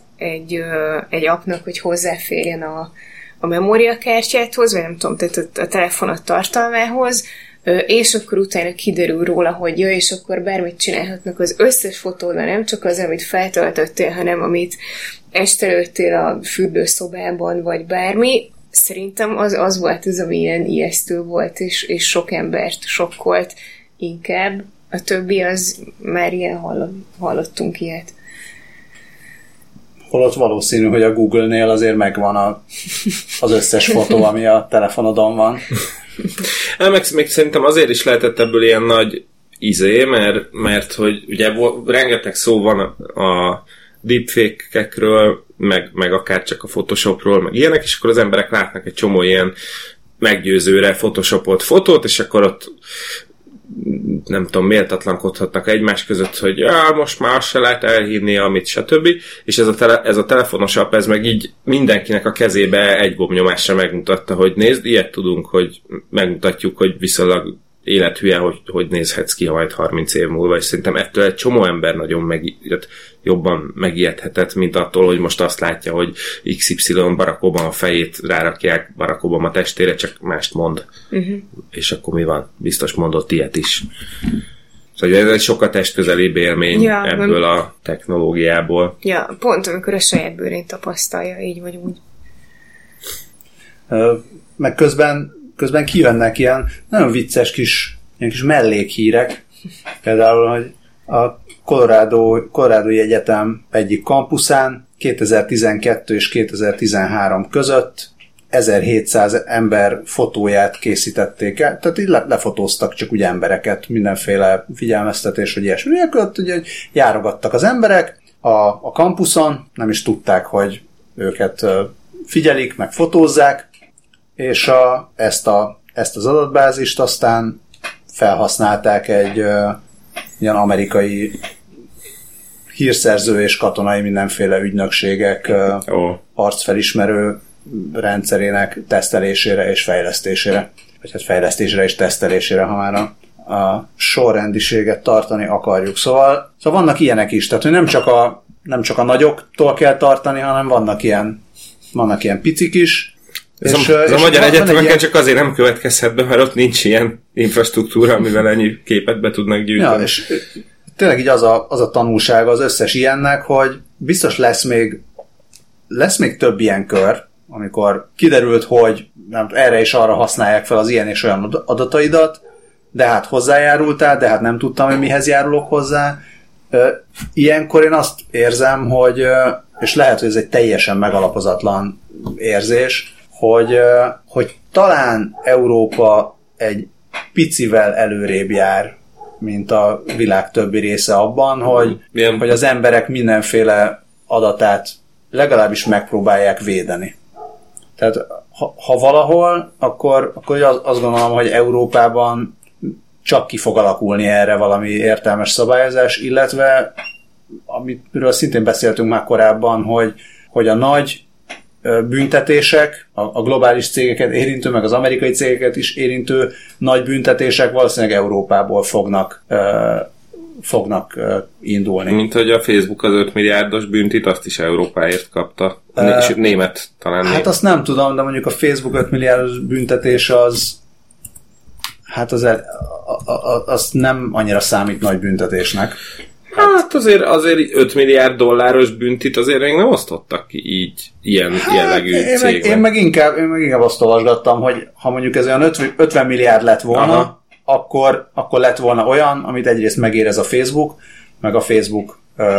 egy appnak, hogy hozzáférjen a memóriakártyádhoz, vagy nem tudom, tehát a telefonod tartalmához, és akkor utána kiderül róla, hogy és akkor bármit csinálhatnak az összes fotódra, nem csak az, amit feltöltöttél, hanem amit estelődtél a fürdőszobában, vagy bármi. Szerintem az volt az, ami ilyen ijesztő volt, és sok embert sokkolt inkább. A többi az már ilyen hallottunk ilyet. Holott valószínű, hogy a Google-nél azért megvan az összes fotó, ami a telefonodon van. Még szerintem azért is lehetett ebből ilyen nagy mert hogy ugye rengeteg szó van a deepfake-ekről, meg akár csak a Photoshopról, meg ilyenek, és akkor az emberek látnak egy csomó ilyen meggyőzőre photoshopolt fotót, és akkor ott nem tudom, méltatlankodhatnak egymás között, hogy most már azt se lehet elhívni, amit stb. És ez a telefonos app, ez meg így mindenkinek a kezébe egy gombnyomásra megmutatta, hogy nézd, ilyet tudunk, hogy megmutatjuk, hogy viszonylag élethülye, hogy nézhetsz ki majd 30 év múlva, és szerintem ettől egy csomó ember nagyon jobban megijedhetett, mint attól, hogy most azt látja, hogy XY Barack Obama fejét rárakják Barack Obama testére, csak mást mond. És akkor mi van? Biztos mondott ilyet is. Szóval ez egy sokkal testközelibb élmény ebből a technológiából. Ja, pont amikor a saját bőrén tapasztalja, így vagy úgy. Meg közben kijönnek ilyen nagyon vicces kis mellékhírek. Például, hogy a Colorado-i Egyetem egyik kampuszán 2012 és 2013 között 1700 ember fotóját készítették el, tehát így lefotóztak csak úgy embereket, mindenféle figyelmeztetés, hogy ilyesmi. Ott ugye járogattak az emberek a kampuszon, nem is tudták, hogy őket figyelik, meg fotózzák, és ezt az adatbázist aztán felhasználták egy ilyen amerikai hírszerző és katonai mindenféle ügynökségek arcfelismerő rendszerének tesztelésére és fejlesztésére. Vagy hát fejlesztésére és tesztelésére, ha már a sorrendiséget tartani akarjuk. Szóval vannak ilyenek is, tehát hogy nem csak a nagyoktól kell tartani, hanem vannak ilyen picik is. Ez a magyar egyetemeken csak azért nem következhet be, mert ott nincs ilyen infrastruktúra, amivel ennyi képet be tudnak gyűjteni. Ja, és tényleg így az a tanulsága az összes ilyennek, hogy biztos lesz még több ilyen kör, amikor kiderült, hogy erre és arra használják fel az ilyen és olyan adataidat, de hát hozzájárultál, de hát nem tudtam, hogy mihez járulok hozzá. Ilyenkor én azt érzem, hogy, és lehet, hogy ez egy teljesen megalapozatlan érzés, hogy talán Európa egy picivel előrébb jár, mint a világ többi része abban, hogy az emberek mindenféle adatát legalábbis megpróbálják védeni. Tehát ha valahol, akkor azt gondolom, hogy Európában csak ki fog alakulni erre valami értelmes szabályozás, illetve amiről szintén beszéltünk már korábban, hogy a nagy büntetések, a globális cégeket érintő, meg az amerikai cégeket is érintő nagy büntetések valószínűleg Európából fognak indulni. Mint hogy a Facebook az 5 milliárdos büntit, azt is Európáért kapta. És német talán. Hát azt nem tudom, de mondjuk a Facebook 5 milliárdos büntetés az az nem annyira számít nagy büntetésnek. Hát azért 5 milliárd dolláros büntit azért még nem osztottak ki így ilyen jellegű cégben. Én meg inkább azt olvasgattam, hogy ha mondjuk ez olyan 50 milliárd lett volna, akkor lett volna olyan, amit egyrészt megérez a Facebook, meg a Facebook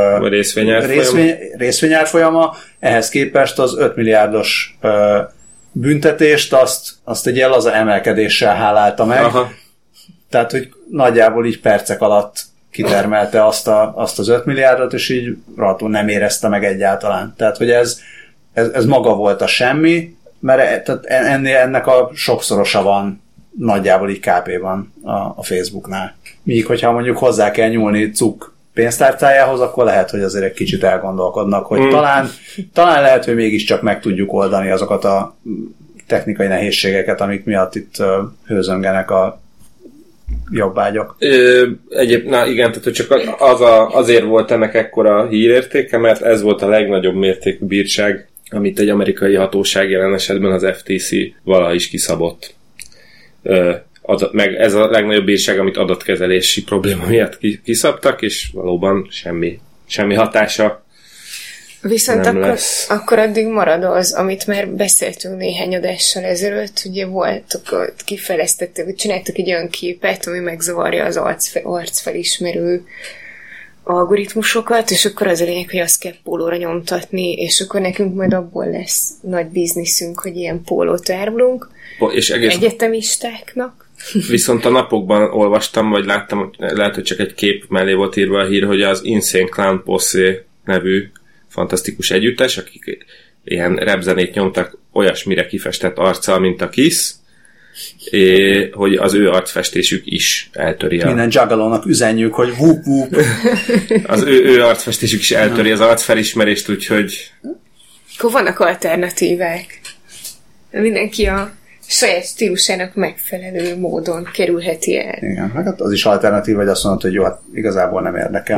részvényárfolyama, ehhez képest az 5 milliárdos büntetést azt egy laza emelkedéssel hálálta meg. Aha. Tehát, hogy nagyjából így percek alatt kitermelte azt az 5 milliárdot, és így rajtul nem érezte meg egyáltalán. Tehát, hogy ez maga volt a semmi, mert ennek a sokszorosa van nagyjából így KP-ban a Facebooknál. Míg, hogyha mondjuk hozzá kell nyúlni Cuk pénztárcájához, akkor lehet, hogy azért egy kicsit elgondolkodnak, hogy talán lehet, hogy mégiscsak meg tudjuk oldani azokat a technikai nehézségeket, amik miatt itt hőzöngenek a jobbágyok. Igen, tehát csak azért volt ennek ekkora hírértéke, mert ez volt a legnagyobb mértékű bírság, amit egy amerikai hatóság, jelen esetben az FTC valaha is kiszabott. Meg ez a legnagyobb bírság, amit adatkezelési probléma miatt kiszabtak, és valóban semmi hatása. Viszont akkor addig marad az, amit már beszéltünk néhány adással ezelőtt, ugye voltak, kifejlesztettek, csináltak egy olyan képet, ami megzavarja az arcfelismerő algoritmusokat, és akkor az a lényeg, hogy azt kell pólóra nyomtatni, és akkor nekünk majd abból lesz nagy bizniszünk, hogy ilyen pólót árulunk és egyetemistáknak. Viszont a napokban olvastam, vagy láttam, lehet, hogy csak egy kép mellé volt írva a hír, hogy az Insane Clown Posse nevű fantasztikus együttes, akik ilyen repzenét nyomtak olyasmire kifestett arccal, mint a Kiss, hogy az ő arcfestésük is eltöri Minden Juggalónak üzenjük, hogy whoop whoop. Az ő arcfestésük is eltöri az arcfelismerést, úgyhogy... Akkor vannak alternatívák. Mindenki a saját stílusának megfelelő módon kerülheti el. Igen, hát az is alternatív, hogy azt mondod, hogy jó, hát igazából nem érdekel.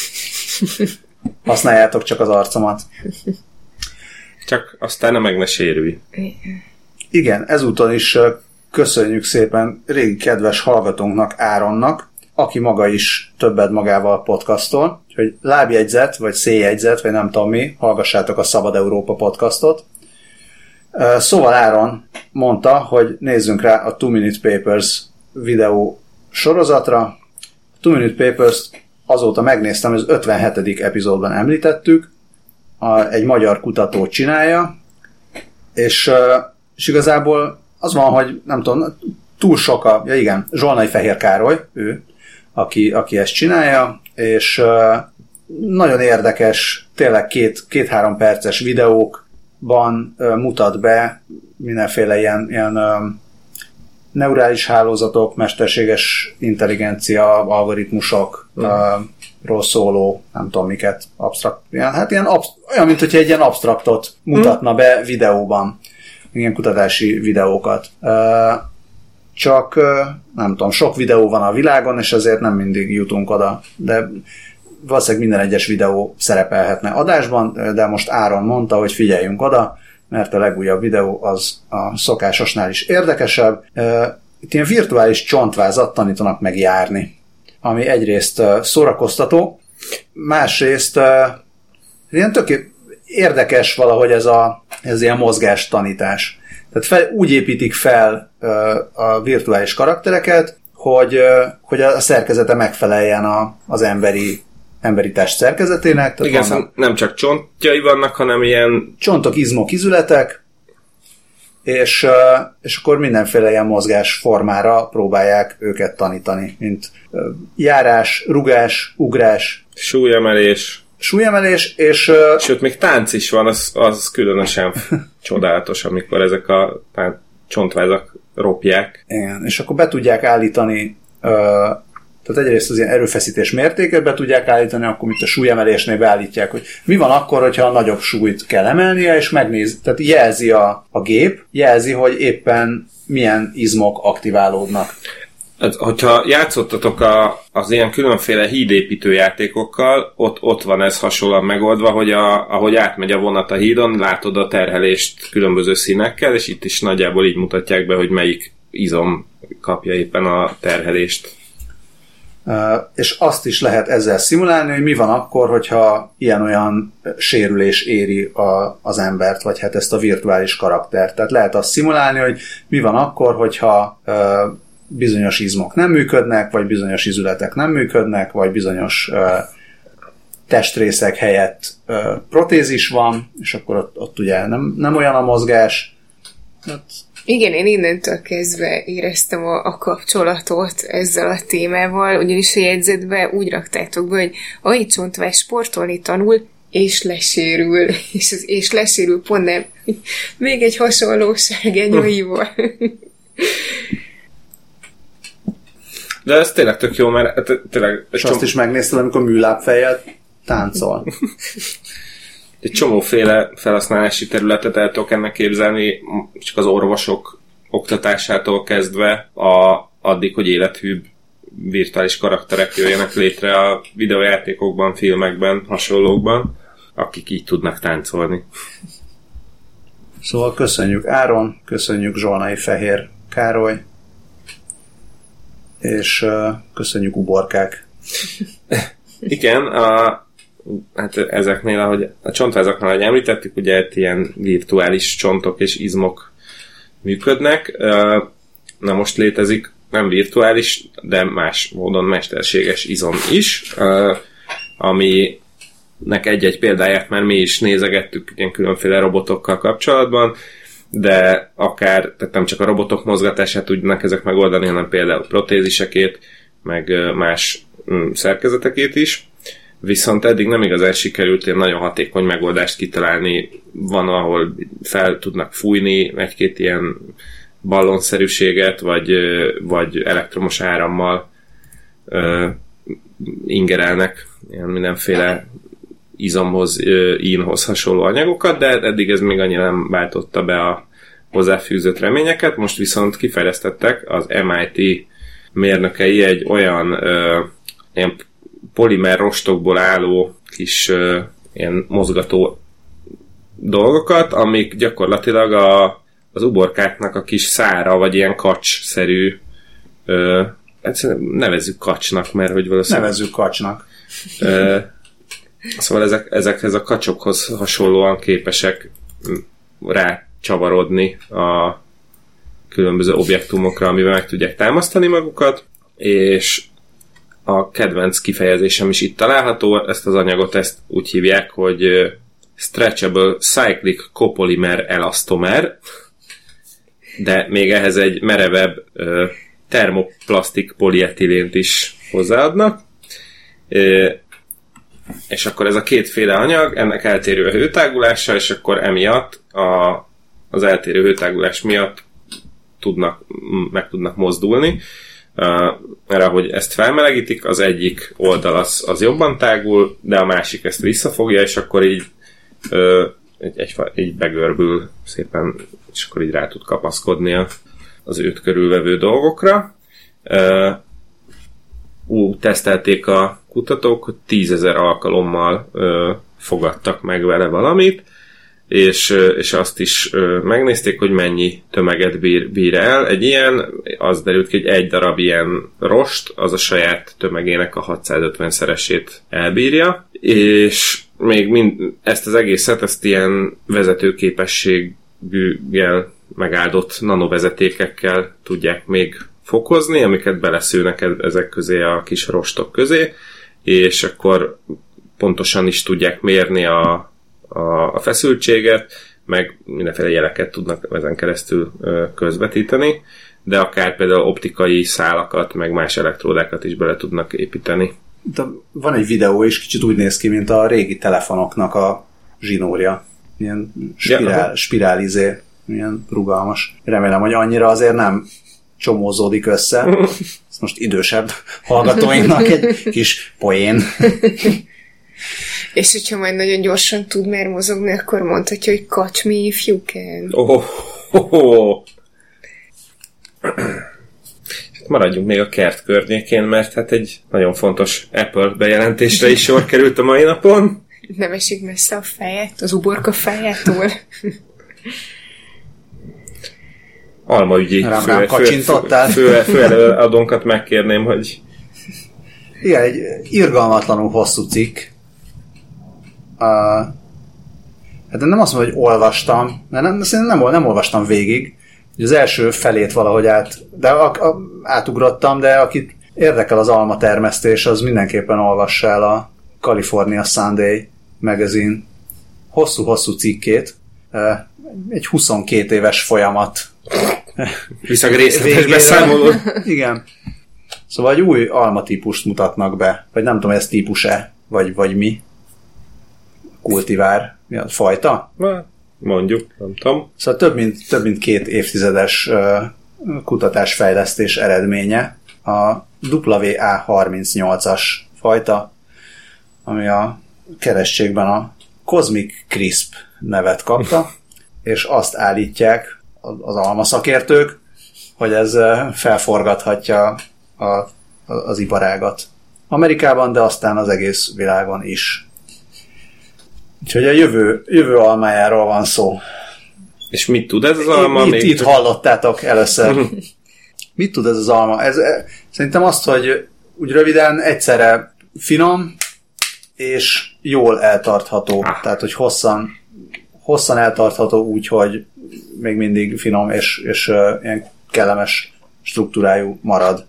Használjátok csak az arcomat. Csak aztán meg ne sérülj. Igen, ezúton is köszönjük szépen régi kedves hallgatónknak, Áronnak, aki maga is többet magával podcastol, hogy lábjegyzet, vagy széljegyzet, vagy nem tudom mi, hallgassátok a Szabad Európa podcastot. Szóval Áron mondta, hogy nézzünk rá a 2 Minute Papers videó sorozatra. A 2 Minute Papers azóta megnéztem, hogy az 57. epizódban említettük, egy magyar kutató csinálja, és igazából az van, hogy nem tudom, túl sok igen, Zsolnai Fehér Károly, ő, aki ezt csinálja, és nagyon érdekes, tényleg 2-3 perces videókban mutat be mindenféle ilyen neurális hálózatok, mesterséges intelligencia, algoritmusokról szóló, nem tudom miket, absztrakt, olyan, mint hogyha egy ilyen absztraktot mutatna be videóban, ilyen kutatási videókat. Csak nem tudom, sok videó van a világon, és ezért nem mindig jutunk oda, de valószínűleg minden egyes videó szerepelhetne adásban, de most Áron mondta, hogy figyeljünk oda, mert a legújabb videó az a szokásosnál is érdekesebb. Itt ilyen virtuális csontvázat tanítanak meg járni, ami egyrészt szórakoztató, másrészt ilyen tök érdekes valahogy ez ilyen mozgástanítás. Tehát úgy építik fel a virtuális karaktereket, hogy a szerkezete megfeleljen az emberi test szerkezetének. Tehát igen, nem csak csontjai vannak, hanem ilyen... Csontok, izmok, izületek, és akkor mindenféle ilyen mozgásformára próbálják őket tanítani, mint járás, rugás, ugrás, súlyemelés, és... Sőt, még tánc is van, az különösen csodálatos, amikor ezek a csontvázak ropják. Igen, és akkor be tudják állítani, tehát egyrészt az ilyen erőfeszítés mértéket be tudják állítani, akkor mint a súlyemelésnél beállítják, hogy mi van akkor, hogyha a nagyobb súlyt kell emelnie, és megnéz, tehát jelzi a gép, jelzi, hogy éppen milyen izmok aktiválódnak. Hogyha játszottatok az ilyen különféle hídépítő játékokkal, ott van ez hasonlóan megoldva, hogy ahogy átmegy a vonat a hídon, látod a terhelést különböző színekkel, és itt is nagyjából így mutatják be, hogy melyik izom kapja éppen a terhelést. És azt is lehet ezzel szimulálni, hogy mi van akkor, hogyha ilyen-olyan sérülés éri az embert, vagy hát ezt a virtuális karaktert. Tehát lehet azt szimulálni, hogy mi van akkor, hogyha bizonyos izmok nem működnek, vagy bizonyos izületek nem működnek, vagy bizonyos testrészek helyett protézis van, és akkor ott ugye nem olyan a mozgás. Igen, én innentől kezdve éreztem a kapcsolatot ezzel a témával, ugyanis a jegyzetbe úgy raktátok be, hogy ahogy Csontvás sportolni tanul, és lesérül, és lesérül pont nem. Még egy hasonlóság Enyóival. De ez tényleg tök jó, mert tényleg... És azt is megnézted, amikor műlábfejjel táncol. Egy csomóféle felhasználási területet el tudok ennek képzelni, csak az orvosok oktatásától kezdve addig, hogy élethűbb virtuális karakterek jöjjenek létre a videójátékokban, filmekben, hasonlókban, akik így tudnak táncolni. Szóval köszönjük Áron, köszönjük Zsolnai Fehér Károly, és köszönjük uborkák. Igen, hát ezeknél, ahogy a csontvázaknál, ahogy említettük, ugye ilyen virtuális csontok és izmok működnek. Na most létezik nem virtuális, de más módon mesterséges izom is, aminek egy-egy példáját már mi is nézegettük ilyen különféle robotokkal kapcsolatban, de akár, tehát nem csak a robotok mozgatását tudnak ezek megoldani, hanem például protézisekét, meg más szerkezetekét is. Viszont eddig nem igazán sikerült ilyen nagyon hatékony megoldást kitalálni. Van, ahol fel tudnak fújni egy-két ilyen ballonszerűséget, vagy elektromos árammal ingerelnek ilyen mindenféle izomhoz, ínhoz hasonló anyagokat, de eddig ez még annyira nem váltotta be hozzáfűzött reményeket, most viszont kifejlesztettek az MIT mérnökei egy olyan ilyen polimer rostokból álló kis ilyen mozgató dolgokat, amik gyakorlatilag az uborkáknak a kis szára, vagy ilyen kacs-szerű nevezzük kacsnak, mert hogy valószínűleg... Nevezzük kacsnak. Szóval ezekhez a kacsokhoz hasonlóan képesek rácsavarodni a különböző objektumokra, amivel meg tudják támasztani magukat, és a kedvenc kifejezésem is itt található, ezt az anyagot úgy hívják, hogy Stretchable Cyclic Copolymer Elastomer, de még ehhez egy merevebb termoplasztik polietilént is hozzáadnak, és akkor ez a kétféle anyag, ennek eltérő a hőtágulása, és akkor emiatt az eltérő hőtágulás miatt meg tudnak mozdulni, mert ahogy ezt felmelegítik, az egyik oldal az jobban tágul, de a másik ezt visszafogja, és akkor így begörbül szépen, és akkor így rá tud kapaszkodni az őt körülvevő dolgokra. Tesztelték a kutatók, hogy 10 000 alkalommal fogadtak meg vele valamit, és azt is megnézték, hogy mennyi tömeget bír el. Egy ilyen, az derült ki, hogy egy darab ilyen rost, az a saját tömegének a 650-szeresét elbírja, és még ezt az egészet, ezt ilyen vezetőképességgel megáldott nanovezetékekkel tudják még fokozni, amiket beleszőnek ezek közé a kis rostok közé, és akkor pontosan is tudják mérni a feszültséget, meg mindenféle jeleket tudnak ezen keresztül közvetíteni, de akár például optikai szálakat, meg más elektródákat is bele tudnak építeni. De van egy videó, és kicsit úgy néz ki, mint a régi telefonoknak a zsinórja. Ilyen spirálizé, ilyen rugalmas. Remélem, hogy annyira azért nem csomózódik össze. Ez most idősebb hallgatóinknak egy kis poén. És hogyha majd nagyon gyorsan tud már mozogni, akkor mondhatja, hogy catch me if you can. Maradjunk még a kert környékén, mert hát egy nagyon fontos Apple bejelentésre is sor került a mai napon. Nem esik messze a fejet, az uborka fejától. Almaügyi főelőadónkat megkérném, hogy... Igen, egy irgalmatlanul hosszú cikk. Hát nem azt mondom, hogy olvastam, mert nem olvastam végig. Az első felét valahogy átugrottam, de akit érdekel az almatermesztés, az mindenképpen olvassa el a California Sunday magazine hosszú-hosszú cikkét. Egy 22 éves folyamat. Viszont részletes beszámoló. Igen. Szóval egy új almatípust mutatnak be, vagy nem tudom, ez típus-e, vagy mi. Kultivár, mi a fajta? Mondjuk, nem tudom. Szóval több mint 2 évtizedes kutatásfejlesztés eredménye a WA38-as fajta, ami a kerességben a Cosmic Crisp nevet kapta, és azt állítják az almaszakértők, hogy ez felforgathatja az iparágat. Amerikában, de aztán az egész világon is. Úgyhogy a jövő almájáról van szó. És mit tud ez az alma? Itt hallottátok először. Mit tud ez az alma? Szerintem azt, hogy úgy röviden egyszerre finom, és jól eltartható. Tehát, hogy hosszan eltartható úgy, hogy még mindig finom, és ilyen kellemes struktúrájú marad.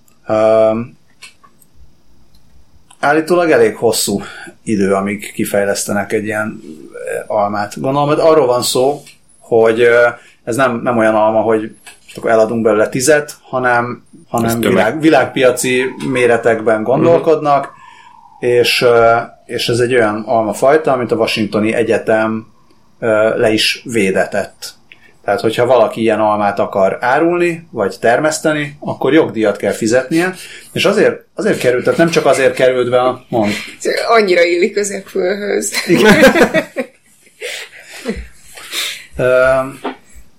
Állítólag elég hosszú idő, amíg kifejlesztenek egy ilyen almát. Gondolom, hogy arról van szó, hogy ez nem olyan alma, hogy akkor eladunk belőle 10, hanem világpiaci méretekben gondolkodnak, és ez egy olyan almafajta, amit a Washingtoni Egyetem le is védetett. Tehát, hogyha valaki ilyen almát akar árulni, vagy termeszteni, akkor jogdíjat kell fizetnie, és azért került, tehát nem csak azért került be a mond. Annyira illik az Apple-höz.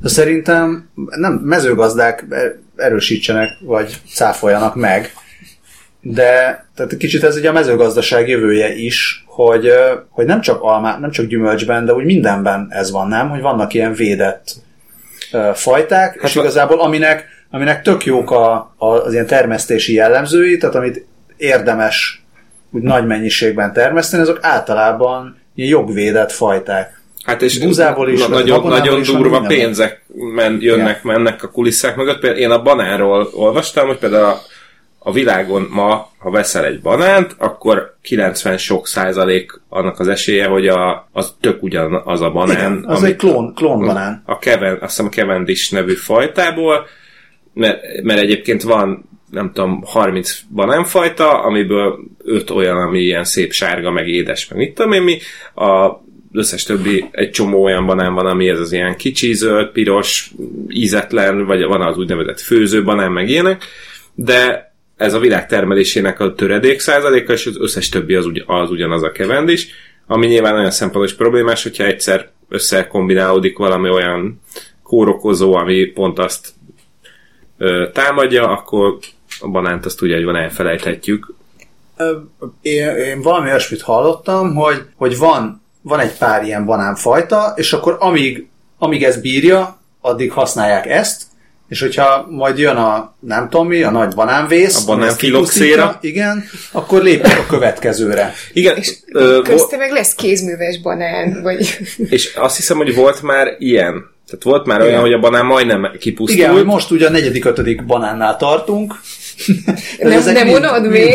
De szerintem nem mezőgazdák erősítsenek, vagy cáfoljanak meg, de tehát kicsit ez ugye a mezőgazdaság jövője is, hogy nem csak nem csak gyümölcsben, de úgy mindenben ez van, nem? Hogy vannak ilyen védett fajták, és igazából aminek tök jók az ilyen termesztési jellemzői, tehát amit érdemes úgy nagy mennyiségben termeszteni, azok általában ilyen jogvédett fajták. Hát és búzából is, nagyon durva pénzek mennek a kulisszák mögött. Például én a banánról olvastam, hogy például a világon ma, ha veszel egy banánt, akkor 90 sok százalék annak az esélye, hogy az tök ugyanaz a banán. Igen, az egy klónbanán. Azt hiszem a Cavendish nevű fajtából, mert egyébként van, nem tudom, 30 banánfajta, amiből 5 olyan, ami ilyen szép sárga, meg édes, meg mit tudom én mi. Az összes többi egy csomó olyan banán van, ami ez az ilyen kicsi, zöld, piros, ízetlen, vagy van az úgynevezett főző banán, meg ilyenek, de ez a világ termelésének a töredék százaléka, és az összes többi az ugyanaz a Cavendish, ami nyilván olyan szempontból is problémás, hogyha egyszer összekombinálódik valami olyan kórokozó, ami pont azt támadja, akkor a banánt azt ugye, hogy van, elfelejthetjük. Én valami olyasmit hallottam, hogy van egy pár ilyen banánfajta, és akkor amíg ez bírja, addig használják ezt, és hogyha majd jön a nem tudom mi, a nagy banánvész, a banánfiloxéra, igen, akkor lépnek a következőre. Igen, és közte meg lesz kézműves banán, vagy... És azt hiszem, hogy volt már ilyen. Tehát volt már olyan, hogy a banán majdnem kipusztult. Igen, hogy most ugye a 4.-5. banánnál tartunk. Nem unod még?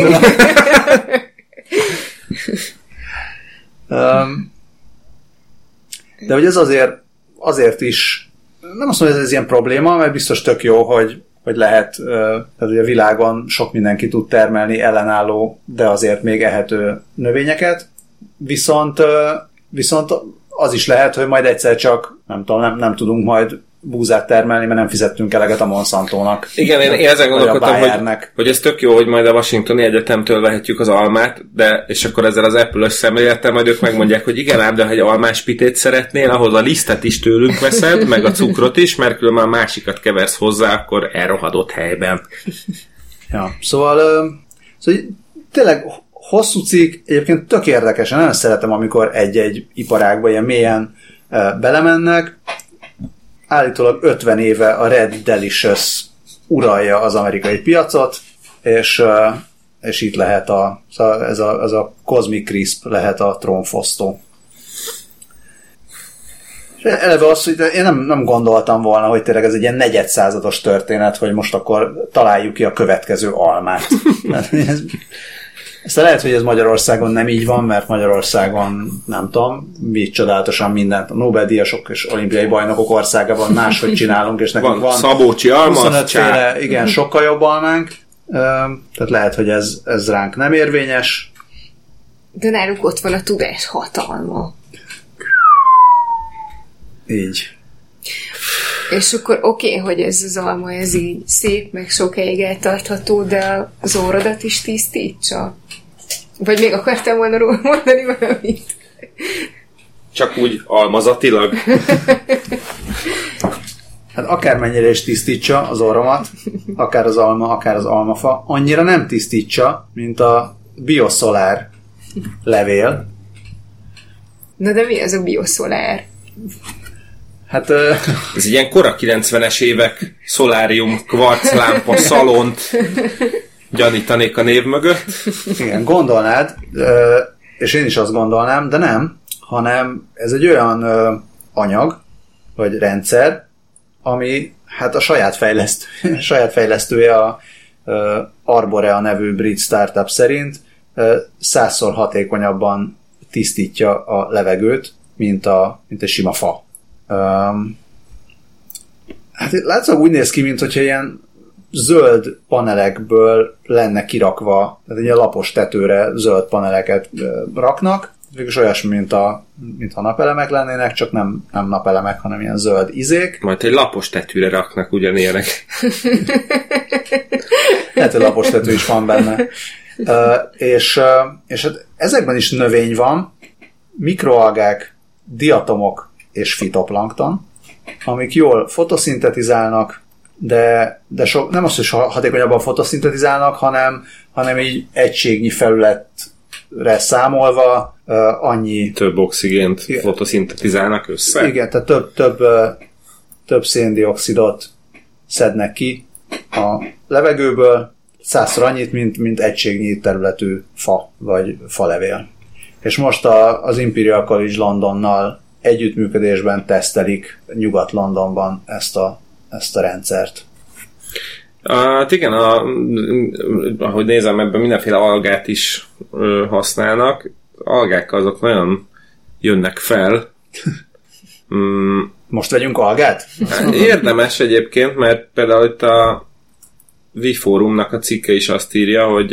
De hogy ez azért is, nem azt mondom, hogy ez ilyen probléma, mert biztos tök jó, hogy lehet, tehát ugye a világon sok mindenki tud termelni ellenálló, de azért még ehető növényeket, viszont az is lehet, hogy majd egyszer csak, nem tudunk majd búzát termelni, mert nem fizettünk eleget a Monsantónak. Igen, én ezen gondolkodtam, hogy ez tök jó, hogy majd a Washingtoni Egyetemtől vehetjük az almát, és akkor ezzel az Apple-ös szemlélettel majd ők megmondják, hogy igen ám, de ha egy almás pitét szeretnél, ahhoz a lisztet is tőlünk veszed, meg a cukrot is, mert különben a másikat keversz hozzá, akkor elrohadott helyben. Ja, szóval tényleg hosszú cikk, egyébként tök érdekesen, nagyon szeretem, amikor egy iparágba ilyen mélyen belemennek. Állítólag 50 éve a Red Delicious uralja az amerikai piacot, és itt lehet ez a Cosmic Crisp lehet a trónfosztó. És eleve az, hogy én nem gondoltam volna, hogy tényleg ez egy ilyen negyedszázados történet, hogy most akkor találjuk ki a következő almát. Aztán lehet, hogy ez Magyarországon nem így van, mert Magyarországon, nem tudom, mi csodálatosan mindent, a Nobel-díjasok és olimpiai bajnokok országában máshogy csinálunk, és nekünk van Szabócsi alma, 25 féle, igen, sokkal jobb almánk, tehát lehet, hogy ez ránk nem érvényes. De náluk ott van a tudás hatalma. Így. És akkor oké, hogy ez az alma, ez így szép, meg sokáig eltartható, de az orrodat is tisztítsa. Vagy még akartam volna róla mondani valamit? Csak úgy almazatilag? Hát akármennyire is tisztítsa az orromat, akár az alma, akár az almafa, annyira nem tisztítsa, mint a bioszolár levél. Na de mi az a bioszolár? Hát, ez ilyen kora 90-es évek szolárium, kvarclámpa, szalont gyanítanék a név mögött. Igen, gondolnád, és én is azt gondolnám, de nem, hanem ez egy olyan anyag, vagy rendszer, ami hát a saját fejlesztője a Arborea nevű brit startup szerint 100-szor hatékonyabban tisztítja a levegőt, mint egy sima fa. Hát látszólag úgy néz ki, mint hogyha ilyen zöld panelekből lenne kirakva, tehát egy lapos tetőre zöld paneleket raknak, végülis olyasmi, mintha napelemek lennének, csak nem napelemek, hanem ilyen zöld izék. Majd egy lapos tetőre raknak ugyanilyenek. Lehet, hogy lapos tető is van benne. És hát ezekben is növény van, mikroalgák, diatomok és fitoplankton. amik jól fotoszintetizálnak, de nem azt, hogy hatékonyabban fotoszintetizálnak, hanem így egységnyi felületre számolva annyi... Több oxigént fotoszintetizálnak össze? Igen, tehát több széndioxidot szednek ki a levegőből, 100-szor annyit, mint egységnyi területű fa, vagy falevél. És most az Imperial College Londonnal együttműködésben tesztelik Nyugat-Londonban ezt a rendszert. Igen, ahogy nézem, ebben mindenféle algát is használnak. Algák azok nagyon jönnek fel. Most vegyünk algát? Érdemes egyébként, mert például itt a WiFórumnak a cikke is azt írja, hogy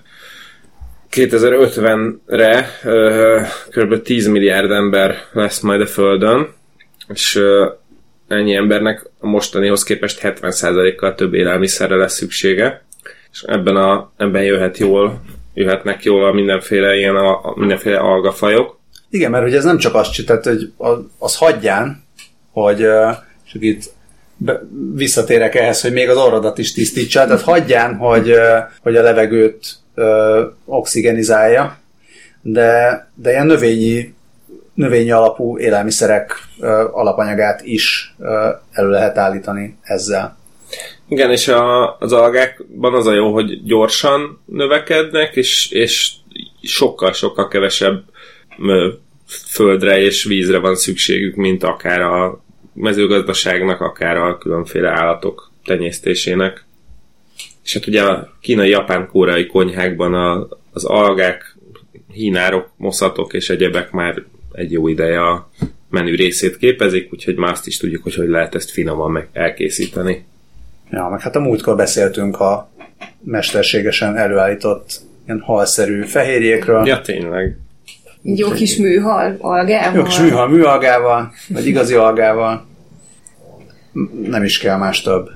2050-re kb. 10 milliárd ember lesz majd a Földön, és ennyi embernek a mostanihoz képest 70%-kal több élelmiszerre lesz szüksége, és ebben jöhetnek jól a mindenféle algafajok. Igen, mert hogy ez nem csak azt csinált, hogy az hagyján, hogy csak itt visszatérek ehhez, hogy még az orrodat is tisztítsa, tehát hagyján, hogy a levegőt oxigenizálja, de ilyen növényi alapú élelmiszerek alapanyagát is elő lehet állítani ezzel. Igen, és az algákban az a jó, hogy gyorsan növekednek, és sokkal-sokkal kevesebb földre és vízre van szükségük, mint akár a mezőgazdaságnak, akár a különféle állatok tenyésztésének. És hát ugye a kínai, japán, koreai konyhákban az algák, hínárok, moszatok és egyebek már egy jó ideje a menü részét képezik, úgyhogy már azt is tudjuk, hogy lehet ezt finoman meg elkészíteni. Ja, meg hát a múltkor beszéltünk a mesterségesen előállított ilyen halszerű fehérjékről. Ja, tényleg. Jó kis műhal algával. Jó kis műalgával, vagy igazi algával. Nem is kell más több.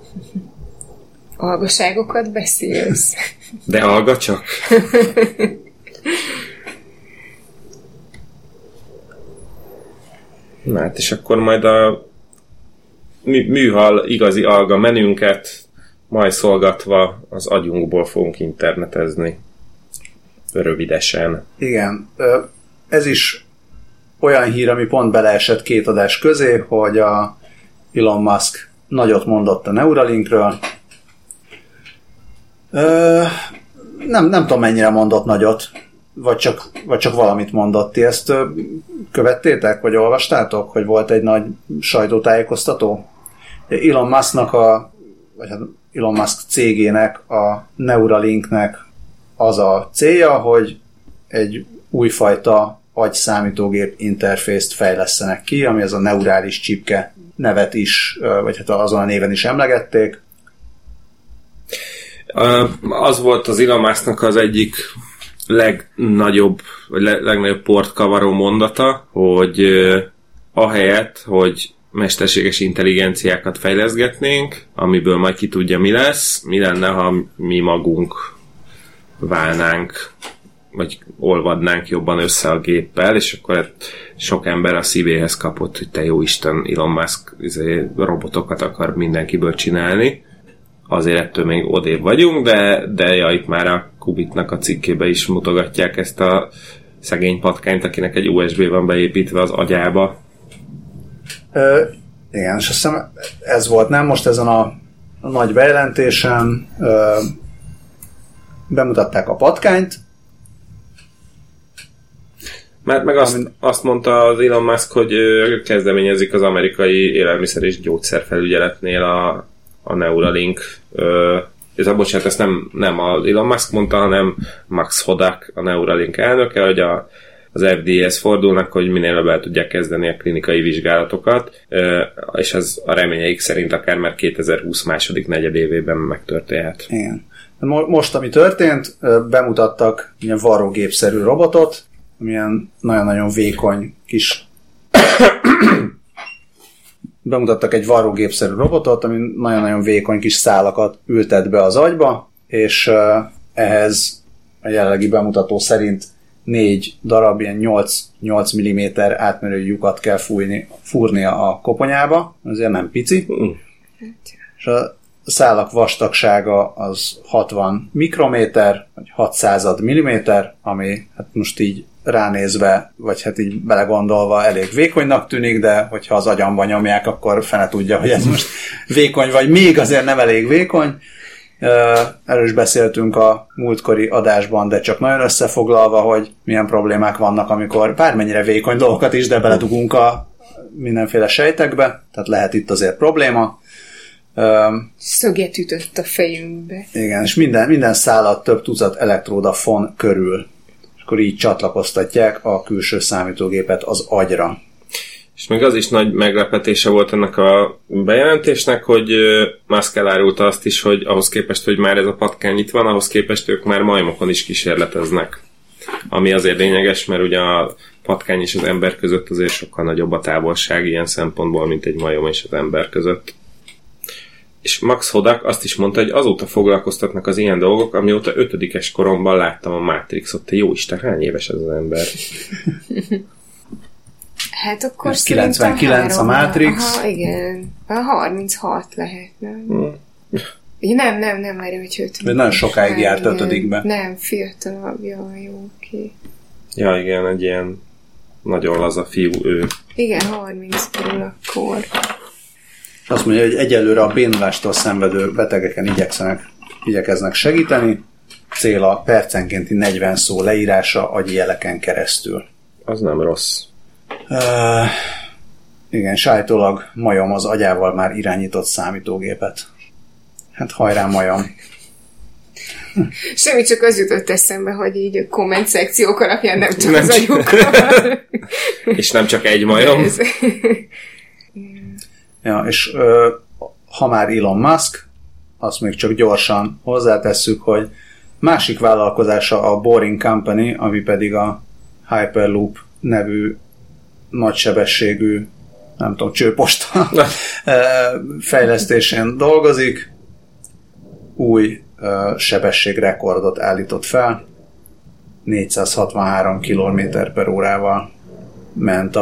Algaságokat beszélsz. De alga csak. Na hát, és akkor majd a műhal igazi alga menünket majd szolgatva az agyunkból fogunk internetezni. Rövidesen. Igen. Ez is olyan hír, ami pont beleesett 2 adás közé, hogy a Elon Musk nagyot mondott a Neuralinkről. Nem tudom, mennyire mondott nagyot, vagy csak valamit mondott. Ti ezt követtétek, vagy olvastátok, hogy volt egy nagy sajtótájékoztató? Elon Musknak vagy Elon Musk cégének, a Neuralinknek az a célja, hogy egy újfajta agy-számítógép interfészt fejlesztenek ki, ami az a neurális csipke nevet is, vagy hát azon a néven is emlegették. Az volt az Elon Musknak az egyik legnagyobb portkavaró mondata, hogy ahelyett, hogy mesterséges intelligenciákat fejleszgetnénk, amiből majd ki tudja, mi lesz, mi lenne, ha mi magunk válnánk, vagy olvadnánk jobban össze a géppel, és akkor sok ember a szívéhez kapott, hogy te jó Isten, Elon Musk robotokat akar mindenkiből csinálni. Azért ettől még odébb vagyunk, de ja, itt már a Kubitnak a cikkébe is mutogatják ezt a szegény patkányt, akinek egy USB van beépítve az agyába. Igen, és azt hiszem ez volt, nem? Most ezen a nagy bejelentésen bemutatták a patkányt. Mert meg azt mondta az Elon Musk, hogy kezdeményezik az amerikai élelmiszer és gyógyszerfelügyeletnél a Neuralink. Bocsánat, ezt nem az Elon Musk mondta, hanem Max Hodak, a Neuralink elnöke, hogy az FDA-hez fordulnak, hogy minél előbb el tudják kezdeni a klinikai vizsgálatokat, és ez a reményeik szerint akár már 2020 második negyedévében megtörténhet. Igen. Most, ami történt, bemutattak ilyen varrógépszerű robotot, amilyen nagyon-nagyon vékony kis... Bemutattak egy varrógépszerű robotot, ami nagyon-nagyon vékony kis szálakat ültet be az agyba, és ehhez a jelenlegi bemutató szerint 4 darab ilyen 8 mm átmérő lyukat kell fúrnia a koponyába, azért nem pici. És a szálak vastagsága az 60 mikrométer, vagy 600 milliméter, ami hát most így ránézve, vagy hát így belegondolva elég vékonynak tűnik, de hogyha az agyamba nyomják, akkor fene tudja, hogy ez most vékony, vagy még azért nem elég vékony. Erről is beszéltünk a múltkori adásban, de csak nagyon összefoglalva, hogy milyen problémák vannak, amikor bármennyire vékony dolgokat is, de beledugunk a mindenféle sejtekbe, tehát lehet itt azért probléma. Szöget ütött a fejünkbe. Igen, és minden szálat több tucat elektróda von körül. És akkor így csatlakoztatják a külső számítógépet az agyra. És még az is nagy meglepetése volt ennek a bejelentésnek, hogy Musk elárulta azt is, hogy ahhoz képest, hogy már ez a patkány itt van, ahhoz képest ők már majmokon is kísérleteznek. Ami azért lényeges, mert ugye a patkány és az ember között azért sokkal nagyobb a távolság ilyen szempontból, mint egy majom és az ember között. És Max Hodak azt is mondta, hogy azóta foglalkoztatnak az ilyen dolgok, amióta 5. koromban láttam a Matrixot. Te jó Isten, hány éves ez az ember? Hát akkor 99 a Matrix. Aha, igen. 36 lehet, nem? Nem, várj, hogy 50. De nagyon sokáig járt 5-be. Nem, fiatalabb, jó, oké. Ja, igen, egy ilyen nagyon laza fiú ő. Igen, 30 körül akkor. Azt mondja, hogy egyelőre a bénulástól szenvedő betegeken igyekeznek segíteni. Cél a percenkénti 40 szó leírása agyi jeleken keresztül. Az nem rossz. Igen, sájtólag majom az agyával már irányított számítógépet. Hát hajrá majom. Semmi, csak az jutott eszembe, hogy így a komment szekciók alapján nem csak az agyukkal. És nem csak egy majom. Ja, és ha már Elon Musk, azt még csak gyorsan hozzátesszük, hogy másik vállalkozása a Boring Company, ami pedig a Hyperloop nevű nagysebességű, nem tudom, csőposta fejlesztésén dolgozik. Új sebességrekordot állított fel. 463 km/órával ment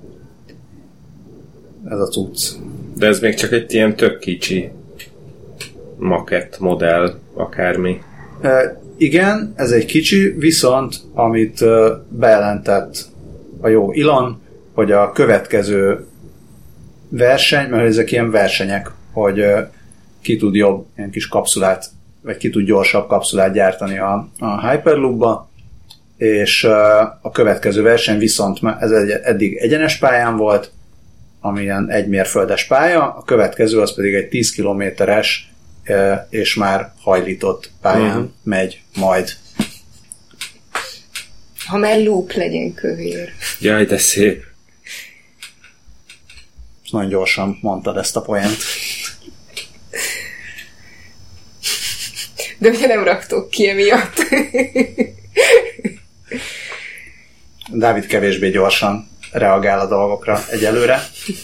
ez a cucc. De ez még csak egy ilyen tök kicsi makett modell, akármi. Igen, ez egy kicsi, viszont amit bejelentett a jó Elon, hogy a következő verseny, mert ezek ilyen versenyek, hogy ki tud jobb ilyen kis kapszulát, vagy ki tud gyorsabb kapszulát gyártani a Hyperloopba, és a következő verseny viszont ez eddig egyenes pályán volt, ami ilyen 1 mérföldes pálya, a következő az pedig egy 10 kilométeres és már hajlított pályán megy majd. Ha már loop legyen kövér. Jaj, de szép. És nagyon gyorsan mondtad ezt a poént. De ugye nem raktok ki emiatt. Dávid kevésbé gyorsan reagál a dolgokra egyelőre.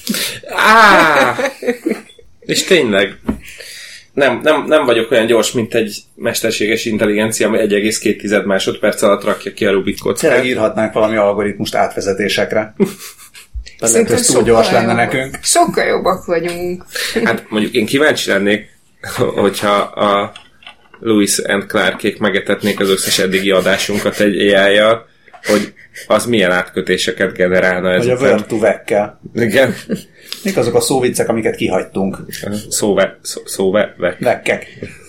És tényleg nem vagyok olyan gyors, mint egy mesterséges intelligencia, ami 1,2 másodperc alatt rakja ki a Rubik kockát. Tényleg írhatnánk valami algoritmust átvezetésekre. Szerintem ez túl gyors lenne nekünk. Sokkal jobbak vagyunk. Hát mondjuk én kíváncsi lennék, hogyha a Lewis and Clarkék megetetnék az összes eddigi adásunkat egy AI-jal, hogy az milyen átkötéseket generálna ez. Vagy a word to vec-kel. Igen. Mik azok a szóviccek, amiket kihagytunk? Vekkek.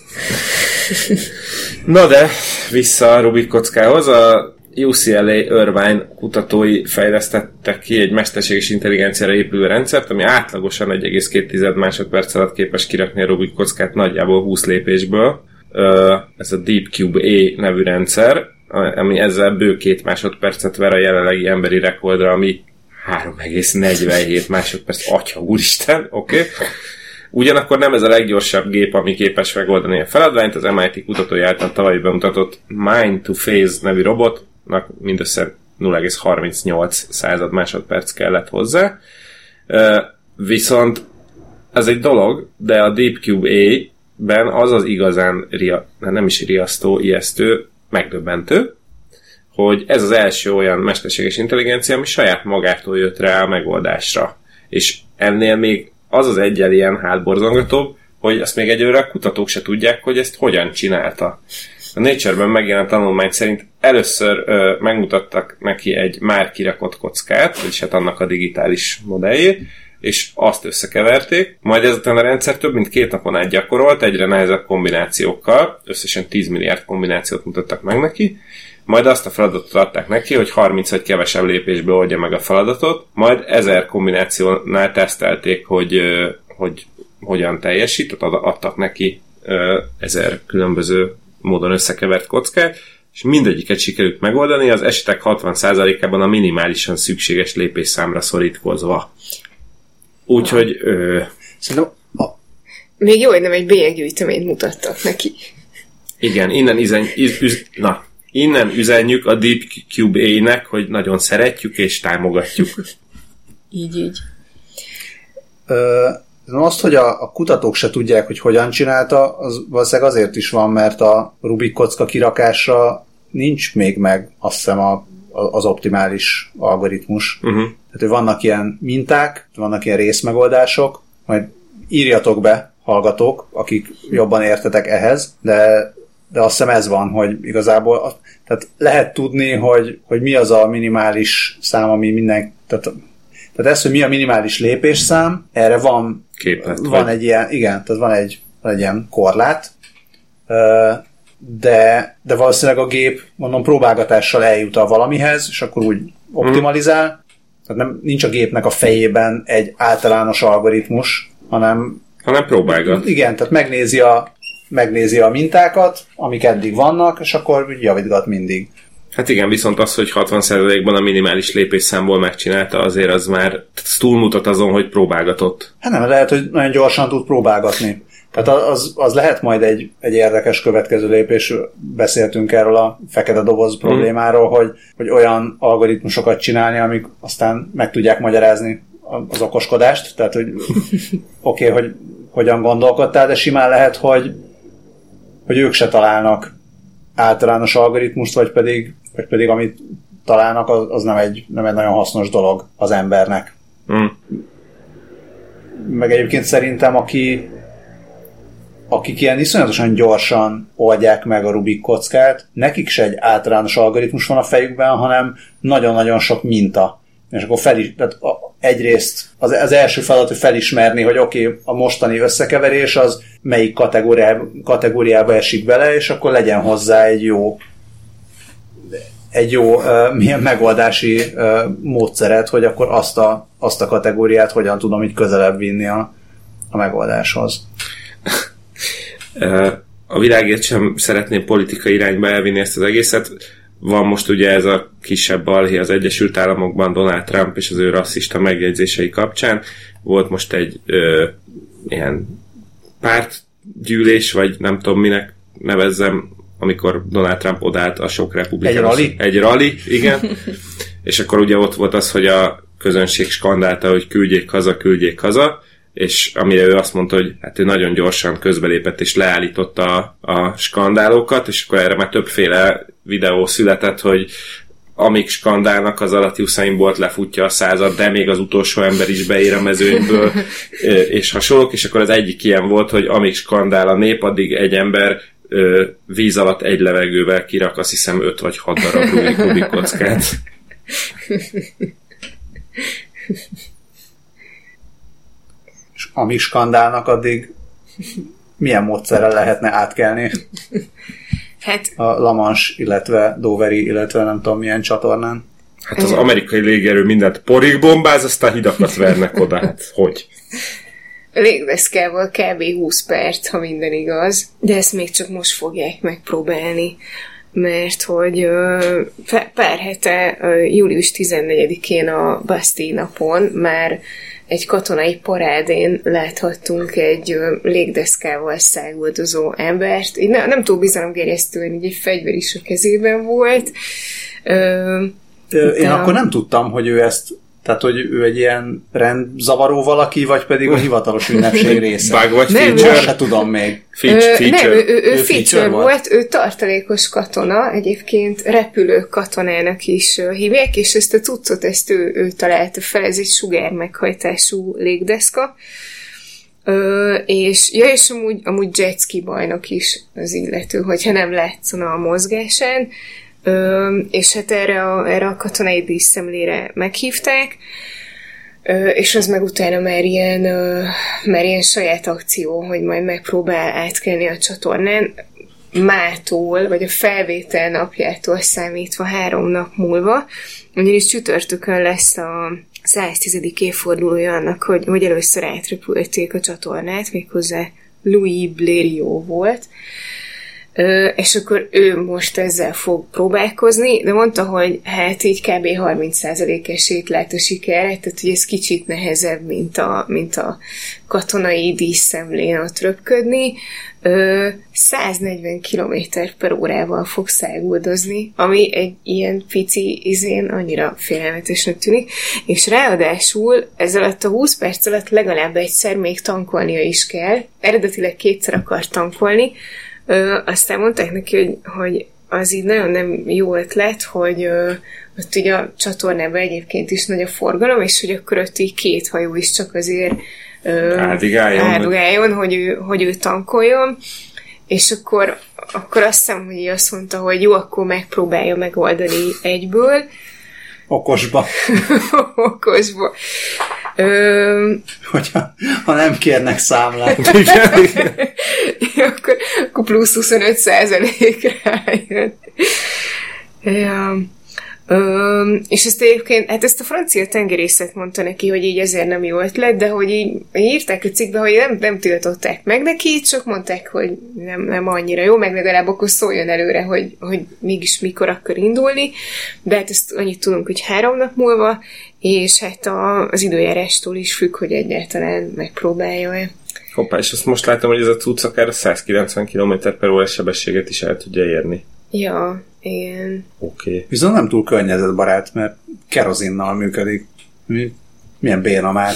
Na de, vissza a Rubik kockához. A UCLA Irvine kutatói fejlesztettek ki egy mesterséges intelligenciára épülő rendszert, ami átlagosan 1,2 másodperc alatt képes kirakni a Rubik kockát nagyjából 20 lépésből. Ez a DeepCube A nevű rendszer, ami ezzel bő 2 másodpercet ver a jelenlegi emberi rekordra, ami 3,47 másodperc. Atya úristen, oké. Ugyanakkor nem ez a leggyorsabb gép, ami képes megoldani a feladványt. Az MIT kutatói által tavaly bemutatott Mind to Phase nevű robotnak mindössze 0,38 másodperc kellett hozzá. Viszont ez egy dolog, de a DeepCube A-ben az igazán nem is riasztó, ijesztő, megdöbbentő, hogy ez az első olyan mesterséges intelligencia, ami saját magától jött rá a megoldásra. És ennél még az egyel ilyen hátborzongatóbb, hogy azt még egyelőre a kutatók se tudják, hogy ezt hogyan csinálta. A Nature-ben megjelent tanulmány szerint először megmutattak neki egy már kirakott kockát, vagyis hát annak a digitális modelljét, és azt összekeverték, majd ezután a rendszer több mint 2 napon át gyakorolt, egyre nehezebb kombinációkkal, összesen 10 milliárd kombinációt mutattak meg neki, majd azt a feladatot adták neki, hogy 30 vagy kevesebb lépésből oldja meg a feladatot, majd 1000 kombinációnál tesztelték, hogy hogyan teljesít, adtak neki 1000 különböző módon összekevert kockát, és mindegyiket sikerült megoldani, az esetek 60%-ában a minimálisan szükséges lépésszámra szorítkozva. Úgyhogy... Szerintem... Még jó, hogy nem egy bélyeggyűjteményt mutattak neki. Igen, innen üzenjük a Deep Cube-nek, hogy nagyon szeretjük és támogatjuk. Így. Azt, hogy a kutatók se tudják, hogy hogyan csinálta, az valószínűleg azért is van, mert a Rubik kocka kirakása nincs még meg, azt hiszem, az optimális algoritmus. Tehát, hogy vannak ilyen minták, vannak ilyen részmegoldások, majd írjatok be, hallgatók, akik jobban értetek ehhez, de azt hiszem ez van, hogy igazából tehát lehet tudni, hogy mi az a minimális szám, ami minden... Tehát ez, hogy mi a minimális lépésszám, erre van képlet, van egy ilyen, igen, tehát van egy ilyen korlát, de valószínűleg a gép, mondom, próbálgatással eljut a valamihez, és akkor úgy optimalizál. Tehát nincs a gépnek a fejében egy általános algoritmus, hanem próbálgat. Igen, tehát megnézi a mintákat, amik eddig vannak, és akkor javítgat mindig. Hát igen, viszont az, hogy 60%-ban a minimális lépésszámból megcsinálta, azért az már túlmutat azon, hogy próbálgatott. Hát nem, lehet, hogy nagyon gyorsan tud próbálgatni. Tehát az lehet majd egy érdekes következő lépés. Beszéltünk erről a fekete doboz problémáról, hogy olyan algoritmusokat csinálni, amik aztán meg tudják magyarázni az okoskodást. Tehát, hogy oké, hogy hogyan gondolkodtál, de simán lehet, hogy ők se találnak általános algoritmust, vagy pedig amit találnak, az nem egy nagyon hasznos dolog az embernek. Meg egyébként szerintem, akik ilyen iszonyatosan gyorsan oldják meg a Rubik kockát, nekik se egy általános algoritmus van a fejükben, hanem nagyon-nagyon sok minta. És akkor tehát egyrészt az első feladat, hogy felismerni, hogy oké, a mostani összekeverés az melyik kategóriába esik bele, és akkor legyen hozzá egy jó milyen megoldási módszeret, hogy akkor azt a kategóriát hogyan tudom így közelebb vinni a megoldáshoz. A világért sem szeretném politikai irányba elvinni ezt az egészet. Van most ugye ez a kisebb balhé az Egyesült Államokban Donald Trump és az ő rasszista megjegyzései kapcsán. Volt most egy ilyen pártgyűlés, vagy nem tudom minek nevezzem, amikor Donald Trump odállt a sok republikánus. Egy rally, igen. És akkor ugye ott volt az, hogy a közönség skandálta, hogy küldjék haza, és amire ő azt mondta, hogy hát ő nagyon gyorsan közbelépett és leállította a skandálókat, és akkor erre már többféle videó született, hogy amíg skandálnak, az alatt Usain Bolt lefutja a 100-at, de még az utolsó ember is beér a mezőnyből, és hasonlók, és akkor az egyik ilyen volt, hogy amíg skandál a nép, addig egy ember víz alatt egy levegővel kirak, azt hiszem 5 vagy 6 darab Rubik kockát. És amíg skandálnak, addig milyen módszerrel lehetne átkelni? Hát, a La Manche, illetve Doveri, illetve nem tudom milyen csatornán. Hát az amerikai légierő mindent porig bombáz, aztán hidakat vernek oda. Hát hogy? Légdeszkával kb. 20 perc, ha minden igaz, de ezt még csak most fogják megpróbálni, mert hogy pár hete, július 14-én a Bastille napon már egy katonai parádén láthattunk egy légdeszkával száguldozó embert. Így nem túl bizalomgerjesztően, így egy fegyver is a kezében volt. Én akkor nem tudtam, hogy ő ezt Tehát, hogy ő egy ilyen rendzavaró valaki, vagy pedig a hivatalos ünnepség része. Bug vagy Nem, feature? Se tudom még. Feature. Nem, ő feature feature volt, ő tartalékos katona, egyébként repülő katonának is hívják, és ezt a cuccot, ezt ő találta fel, ez egy sugár meghajtású légdeszka. És amúgy jetski bajnok is az illető, hogyha nem látszana a mozgásán, és hát erre a katonai díszszemlére meghívták, és az meg utána már ilyen saját akció, hogy majd megpróbál átkelni a csatornán, mától, vagy a felvétel napjától számítva 3 nap múlva, ugyanis csütörtökön lesz a 110. évfordulója annak, hogy először átrepülték a csatornát, méghozzá Louis Blériot volt, és akkor ő most ezzel fog próbálkozni, de mondta, hogy hát így kb. 30% esélyt lát a sikerre, tehát hogy ez kicsit nehezebb, mint a katonai díszszemlén ott röpködni. 140 km/órával fog száguldozni, ami egy ilyen pici izén annyira félelmetesnek tűnik, és ráadásul ez alatt a 20 perc alatt legalább egyszer még tankolnia is kell, eredetileg 2-szer akar tankolni, aztán mondták neki, hogy az így nagyon nem jó ötlet, hogy ott ugye a csatornában egyébként is nagy a forgalom, és hogy akkor ott így 2 hajó is csak azért áldogáljon, hogy ő tankoljon, és akkor azt hiszem, hogy azt mondta, hogy jó, akkor megpróbálja megoldani egyből. Okosba. Okosba. Hogyha nem kérnek számlát. akkor plusz 25% rájön. Ja. És ezt egyébként, hát ezt a francia tengerészet mondta neki, hogy így ezért nem jó ötlet, de hogy így írták a cikkbe, hogy nem tiltották meg neki, csak mondták, hogy nem annyira jó, meg legalább akkor szóljon előre, hogy mégis mikor akar indulni, de hát ezt annyit tudunk, hogy 3 nap múlva, és hát az időjárástól is függ, hogy egyáltalán megpróbálja-e. Hoppá, és azt most látom, hogy ez a cucc akár 190 km/h sebességet is el tudja érni. Ja, igen. Oké. Viszont nem túl környezetbarát, mert kerozinnal működik. Milyen béna már.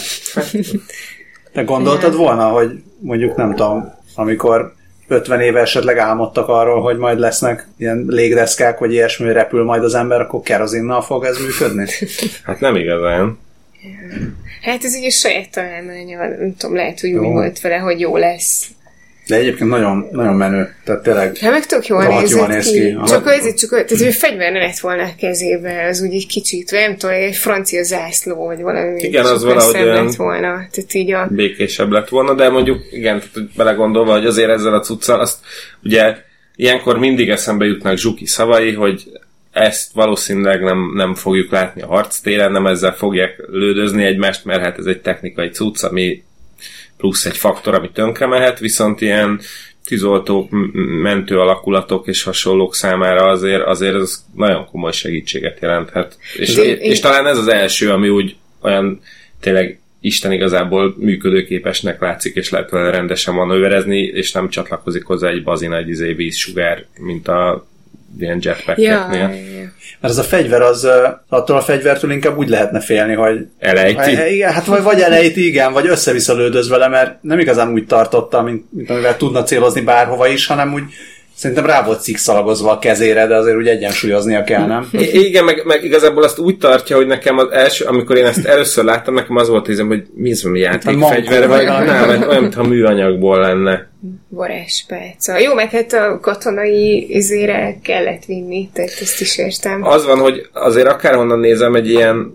Te gondoltad volna, hogy mondjuk nem tudom, amikor 50 éve esetleg álmodtak arról, hogy majd lesznek ilyen légdeszkák, vagy ilyesmi, repül majd az ember, akkor kerozinnal fog ez működni? Hát nem igazán. Hát ez így a saját találmánya, nem tudom, lehet, hogy úgy volt vele, hogy jó lesz. De egyébként nagyon, nagyon menő. Tehát tényleg hát meg tök jól néz ki. Csak tehát, hogy fegyver ne lett volna a kezében, az úgy egy kicsit, nem tudom, egy francia zászló, vagy valami. Igen, az valahogy olyan volna. Tehát így békésebb lett volna, de mondjuk, igen, tehát belegondolva, hogy azért ezzel a cuccal, azt ugye ilyenkor mindig eszembe jutnak Zsuki szavai, hogy ezt valószínűleg nem fogjuk látni a harctéren, nem ezzel fogják lődözni egymást, mert hát ez egy technikai cucc, ami plusz egy faktor, ami tönkre mehet, viszont ilyen tűzoltók, mentő alakulatok és hasonlók számára azért ez nagyon komoly segítséget jelenthet. És talán ez az első, ami úgy olyan tényleg Isten igazából működőképesnek látszik, és lehet vele rendesen manőverezni, és nem csatlakozik hozzá egy bazin, egy vízsugár, mint a ilyen jetpackeknél. Ja. Mert ez a fegyver, attól a fegyvertől inkább úgy lehetne félni, hogy elejti. Igen, hát vagy elejti, igen, vagy össze-vissza lődöz vele, mert nem igazán úgy tartotta, mint amivel tudna célozni bárhova is, hanem úgy szerintem rá volt szikszalagozva a kezére, de azért úgy egyensúlyoznia kell, nem? Igen, meg igazából azt úgy tartja, hogy nekem az első, amikor én ezt először láttam, nekem az volt érzem, hogy mi az, ami játékfegyver, vagy nem, olyan, mintha műanyagból lenne. Varázspálca. Jó, meg hát a katonai izére kellett vinni, tehát ezt is értem. Az van, hogy azért akárhonnan nézem, egy ilyen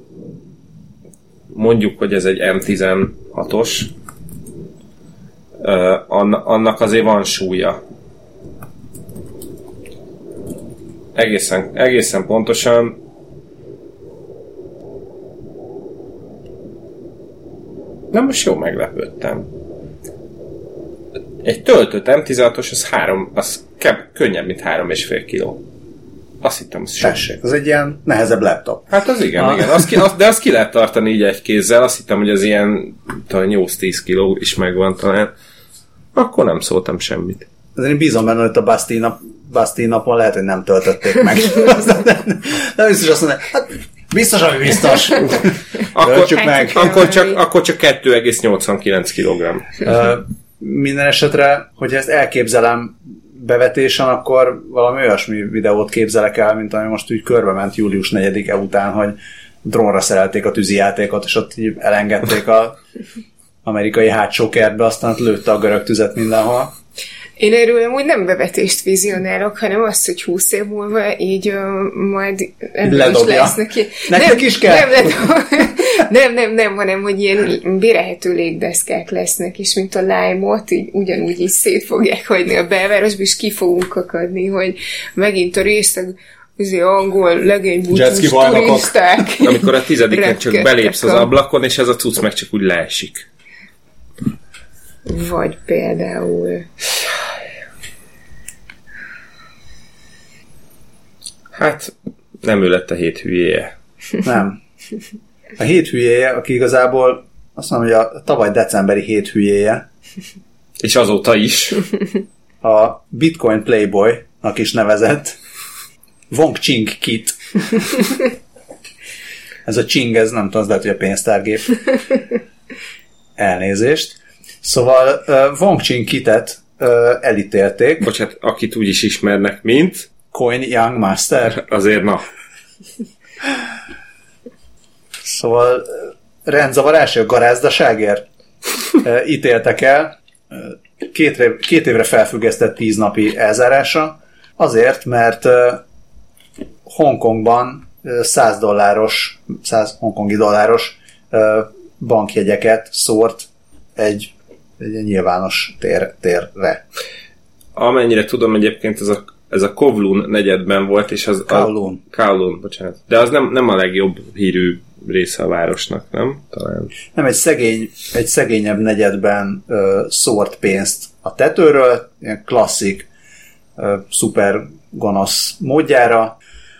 mondjuk, hogy ez egy M16-os, annak azért van súlya. Egészen pontosan de most jó meglepődtem. Egy töltött M16-os az könnyebb, mint 3,5 kiló. Azt hittem, az sose. Ez egy ilyen nehezebb laptop. Hát az igen. De azt ki lehet tartani így egy kézzel. Azt hittem, hogy az ilyen 8-10 kiló is megvan talán. Akkor nem szóltam semmit. Azért én bízom benne, hogy a Bastille napon lehet, hogy nem töltötték meg. De biztos azt mondja, hát Biztos, ami biztos. Akkor csak 2,89 kg. Minden esetre, hogyha ezt elképzelem bevetésen, akkor valami olyasmi videót képzelek el, mint ami most úgy körbe ment július 4-e után, hogy drónra szerelték a tűzijátékot, és ott így elengedték az amerikai hátsó kertbe, aztán lőtte a görög tüzet mindenhol. Én erről amúgy nem bevetést vizionálok, hanem azt, hogy 20 év múlva így majd ebből is lesz neki. Nektek is kell? Nem, hanem hogy ilyen bérelhető légdeszkák lesznek, és mint a Lime-ot, így ugyanúgy így szét fogják hagyni a belvárosba, és ki fogunk kakadni, hogy megint a részeg angol legénybúcsús turisták. Amikor a 10-en csak belépsz az ablakon, és ez a cucc meg csak úgy leesik. Vagy például... Hát, nem ő lett a 7 hülyéje. Nem. A 7 hülyéje, aki igazából azt mondom, hogy a tavaly decemberi 7 hülyéje. És azóta is. A Bitcoin Playboy-nak is nevezett Wong Ching Kit. Ez a Ching, ez nem tudom, az lehet, hogy a pénztárgép. Elnézést. Szóval Wong Ching Kitet elítélték. Bocsánat, akit úgy is ismernek, mint... Coin Young Master. Azért na. Szóval rendzavarás, a garázdaságért ítéltek el. 2 évre felfüggesztett 10 napi elzárása. Azért, mert Hongkongban 100 hongkongi dolláros bankjegyeket szórt egy nyilvános térre. Amennyire tudom, egyébként ez a Kowloon negyedben volt, és az... Kowloon, bocsánat. De az nem a legjobb hírű része a városnak, nem? Talán. Nem, egy szegényebb negyedben szórt pénzt a tetőről, ilyen klasszik, szuper gonosz módjára,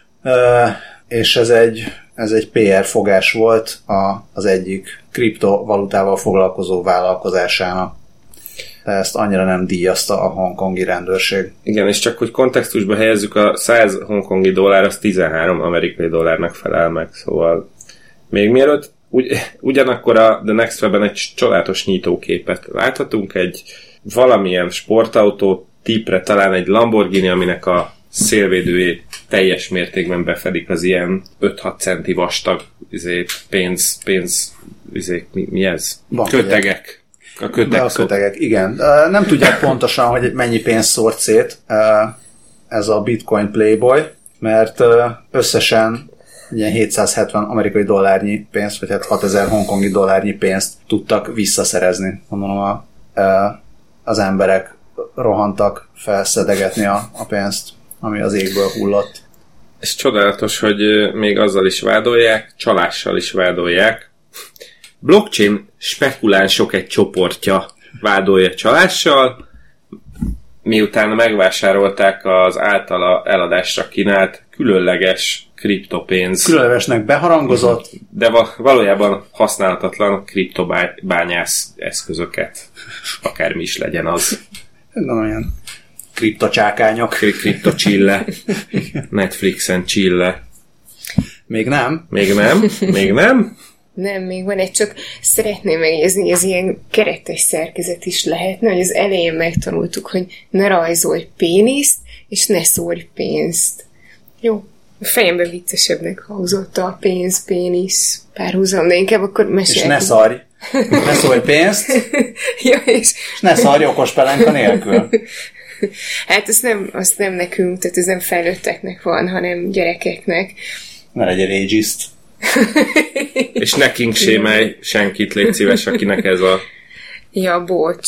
és ez egy PR fogás volt az egyik kriptovalutával foglalkozó vállalkozásának. De ezt annyira nem díjazta a hongkongi rendőrség. Igen, és csak hogy kontextusba helyezzük, a 100 hongkongi dollár az 13 amerikai dollárnak felel meg, szóval még mielőtt ugyanakkor a The Next Webben egy csodálatos nyitóképet láthatunk, egy valamilyen sportautó típre, talán egy Lamborghini, aminek a szélvédőjét teljes mértékben befedik az ilyen 5-6 centi vastag pénz mi ez? Kötegek. A kötegek, igen. Nem tudják pontosan, hogy mennyi pénzt szórt szét ez a Bitcoin Playboy, mert összesen ilyen 770 amerikai dollárnyi pénzt, vagy hát 6000 hongkongi dollárnyi pénzt tudtak visszaszerezni. Mondom, az emberek rohantak felszedegetni a pénzt, ami az égből hullott. Ez csodálatos, hogy még azzal is vádolják, csalással is vádolják. Blockchain spekulánsok egy csoportja vádolja csalással, miután megvásárolták az általa eladásra kínált különleges kriptopénz. Különlegesnek beharangozott. De valójában használhatatlan kriptobányász eszközöket. Akármi is legyen az. Nem olyan kriptocsákányok. Kriptocsille. Netflixen csille. Még nem. Nem, még van egy, csak szeretném megjegyezni, hogy ez ilyen keretes szerkezet is lehetne, hogy az elején megtanultuk, hogy ne rajzolj péniszt, és ne szórj pénzt. Jó, a fejemben viccesebbnek hangzott a pénisz párhuzam, de inkább akkor mesélj. És ne szarj. Ne szórj pénzt, ja, és ne szarj okos pelenka nélkül. Hát azt nem nekünk, tehát ez nem felnőtteknek van, hanem gyerekeknek. Ne legyél ageist. És nekünk sémelj senkit, légy szíves, akinek ez a... Ja, bocs.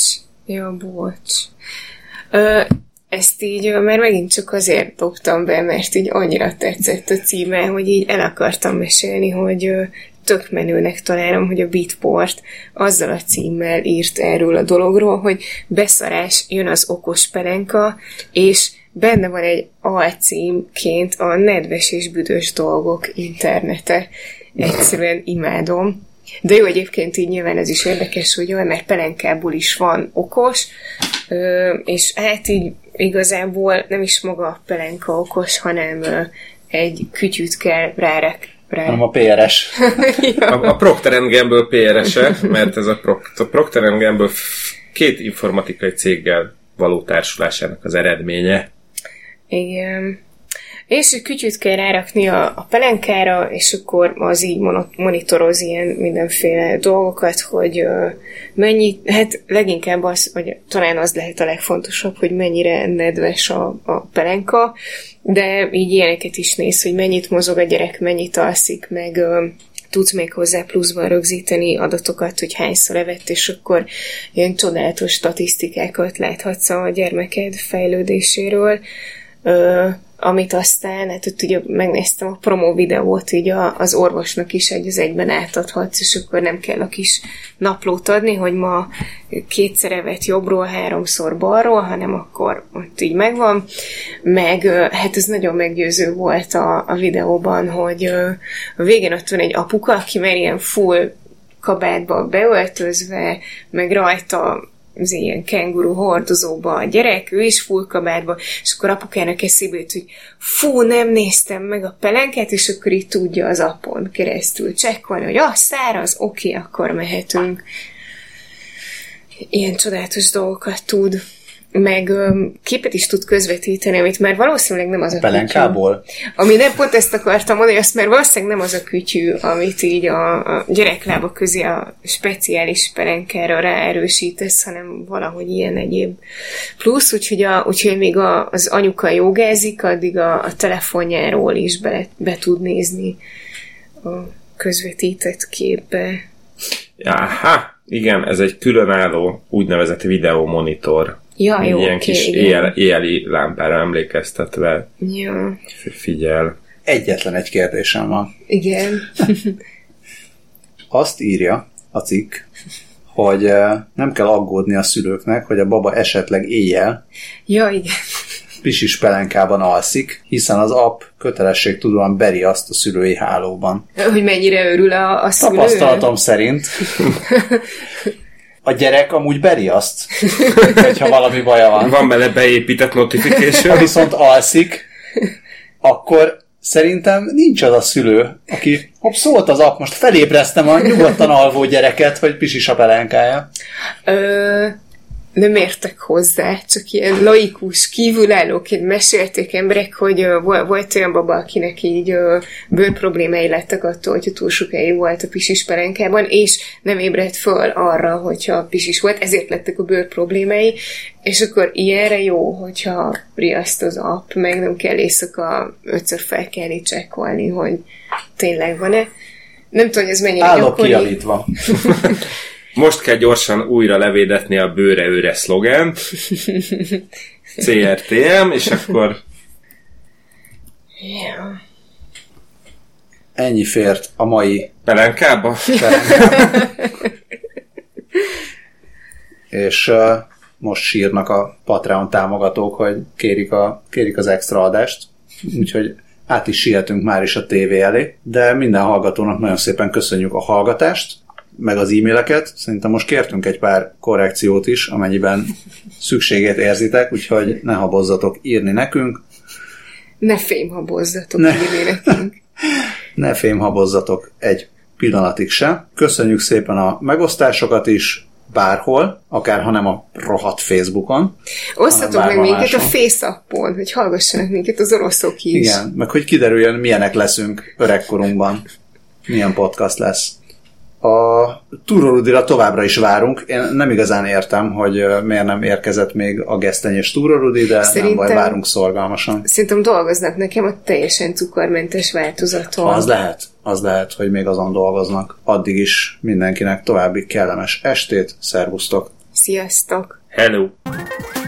Ezt így már megint csak azért dobtam be, mert így annyira tetszett a címe, hogy így el akartam mesélni, hogy tök menőnek találom, hogy a Bitport azzal a címmel írt erről a dologról, hogy beszarás, jön az okos pelenka, és benne van egy alcímként a nedves és büdös dolgok internete. Egyszerűen imádom. De jó, egyébként így nyilván ez is érdekes, hogy jó, mert pelenkából is van okos, és hát így igazából nem is maga a pelenka okos, hanem egy kütyűt kell rá. Hanem a PRS. A Procter & Gamble PRS-e, mert ez a Procter & Gamble két informatikai céggel való társulásának az eredménye. Igen. És egy kütyűt kell rárakni a pelenkára, és akkor az így monitoroz ilyen mindenféle dolgokat, hogy mennyi, hát leginkább az, vagy talán az lehet a legfontosabb, hogy mennyire nedves a pelenka, de így ilyeneket is néz, hogy mennyit mozog a gyerek, mennyit alszik, meg tudsz még hozzá pluszban rögzíteni adatokat, hogy hányszor evett, és akkor ilyen csodálatos statisztikákat láthatsz a gyermeked fejlődéséről, amit aztán, hát ott ugye megnéztem a promo videót, így az orvosnak is egy az egyben átadhatsz, és akkor nem kell a kis naplót adni, hogy ma 2 evett jobbról, 3-szor balról, hanem akkor ott így megvan. Meg hát ez nagyon meggyőző volt a videóban, hogy a végén ott van egy apuka, aki már ilyen full kabátba beöltözve, meg rajta az ilyen kenguru hordozóba a gyerek, ő is full kabátba, és akkor apukának eszébe jut, hogy fú, nem néztem meg a pelenkát, és akkor így tudja az appon keresztül csekkolni, hogy száraz, oké, akkor mehetünk. Ilyen csodálatos dolgokat tud. Meg képet is tud közvetíteni, amit már valószínűleg nem az a pelenkából. Kütyű. Ami nem pont ezt akartam mondani, azt már valószínűleg nem az a kütyű, amit így a gyereklába közé a speciális pelenkára ráerősítesz, hanem valahogy ilyen egyéb plusz, úgyhogy még az anyuka jogázik, addig a telefonjáról is be tud nézni a közvetített képbe. Aha, igen, ez egy különálló úgynevezett videómonitor. Ja, jó, ilyen kis éjjeli lámpára emlékeztetve. Ja. Figyel. Egyetlen egy kérdésem van. Igen. Azt írja a cikk, hogy nem kell aggódni a szülőknek, hogy a baba esetleg éjjel igen. pisis pelenkában alszik, hiszen az app kötelességtudóan beri azt a szülői hálóban. Hogy mennyire örül a szülő? Tapasztalatom szerint a gyerek amúgy beri azt, hogyha valami baja van. Van bele beépített notification. Ha viszont alszik, akkor szerintem nincs az a szülő, aki szólt az app, most felébreztem a nyugodtan alvó gyereket, hogy pisis a pelenkája. Nem értek hozzá, csak ilyen laikus, kívülállóként mesélték emberek, hogy volt olyan baba, akinek így bőrproblémái lettek attól, hogyha túl sokáig volt a pisis pelenkában, és nem ébredt föl arra, hogyha pisis volt, ezért lettek a bőrproblémái, és akkor ilyenre jó, hogyha riaszt az app, meg nem kell éjszaka 5-ször felkelni, csekkolni, hogy tényleg van-e. Nem tudom, hogy ez mennyire állok kijavítva. Most kell gyorsan újra levédetni a bőre-őre szlogent. CRTM, és akkor... Yeah. Ennyi fért a mai pelenkába. És most sírnak a Patreon támogatók, hogy kérik az extra adást. Úgyhogy át is sietünk már is a tévé elé. De minden hallgatónak nagyon szépen köszönjük a hallgatást, meg az e-maileket. Szerintem most kértünk egy pár korrekciót is, amennyiben szükségét érzitek, úgyhogy ne habozzatok írni nekünk. Ne fémhabozzatok írni nekünk. Ne fémhabozzatok egy pillanatig se. Köszönjük szépen a megosztásokat is, bárhol, akár ha nem a rohadt Facebookon. Osztatok meg minket a Face-appon, hogy hallgassanak minket az oroszok is. Igen, meg hogy kiderüljön, milyenek leszünk öregkorunkban. Milyen podcast lesz. A Túrórudira továbbra is várunk. Én nem igazán értem, hogy miért nem érkezett még a gesztenyés Túrórudi, de nem baj, várunk szorgalmasan. Szerintem dolgoznak nekem a teljesen cukormentes változaton. Az lehet, hogy még azon dolgoznak. Addig is mindenkinek további kellemes estét. Szervusztok! Sziasztok! Hello!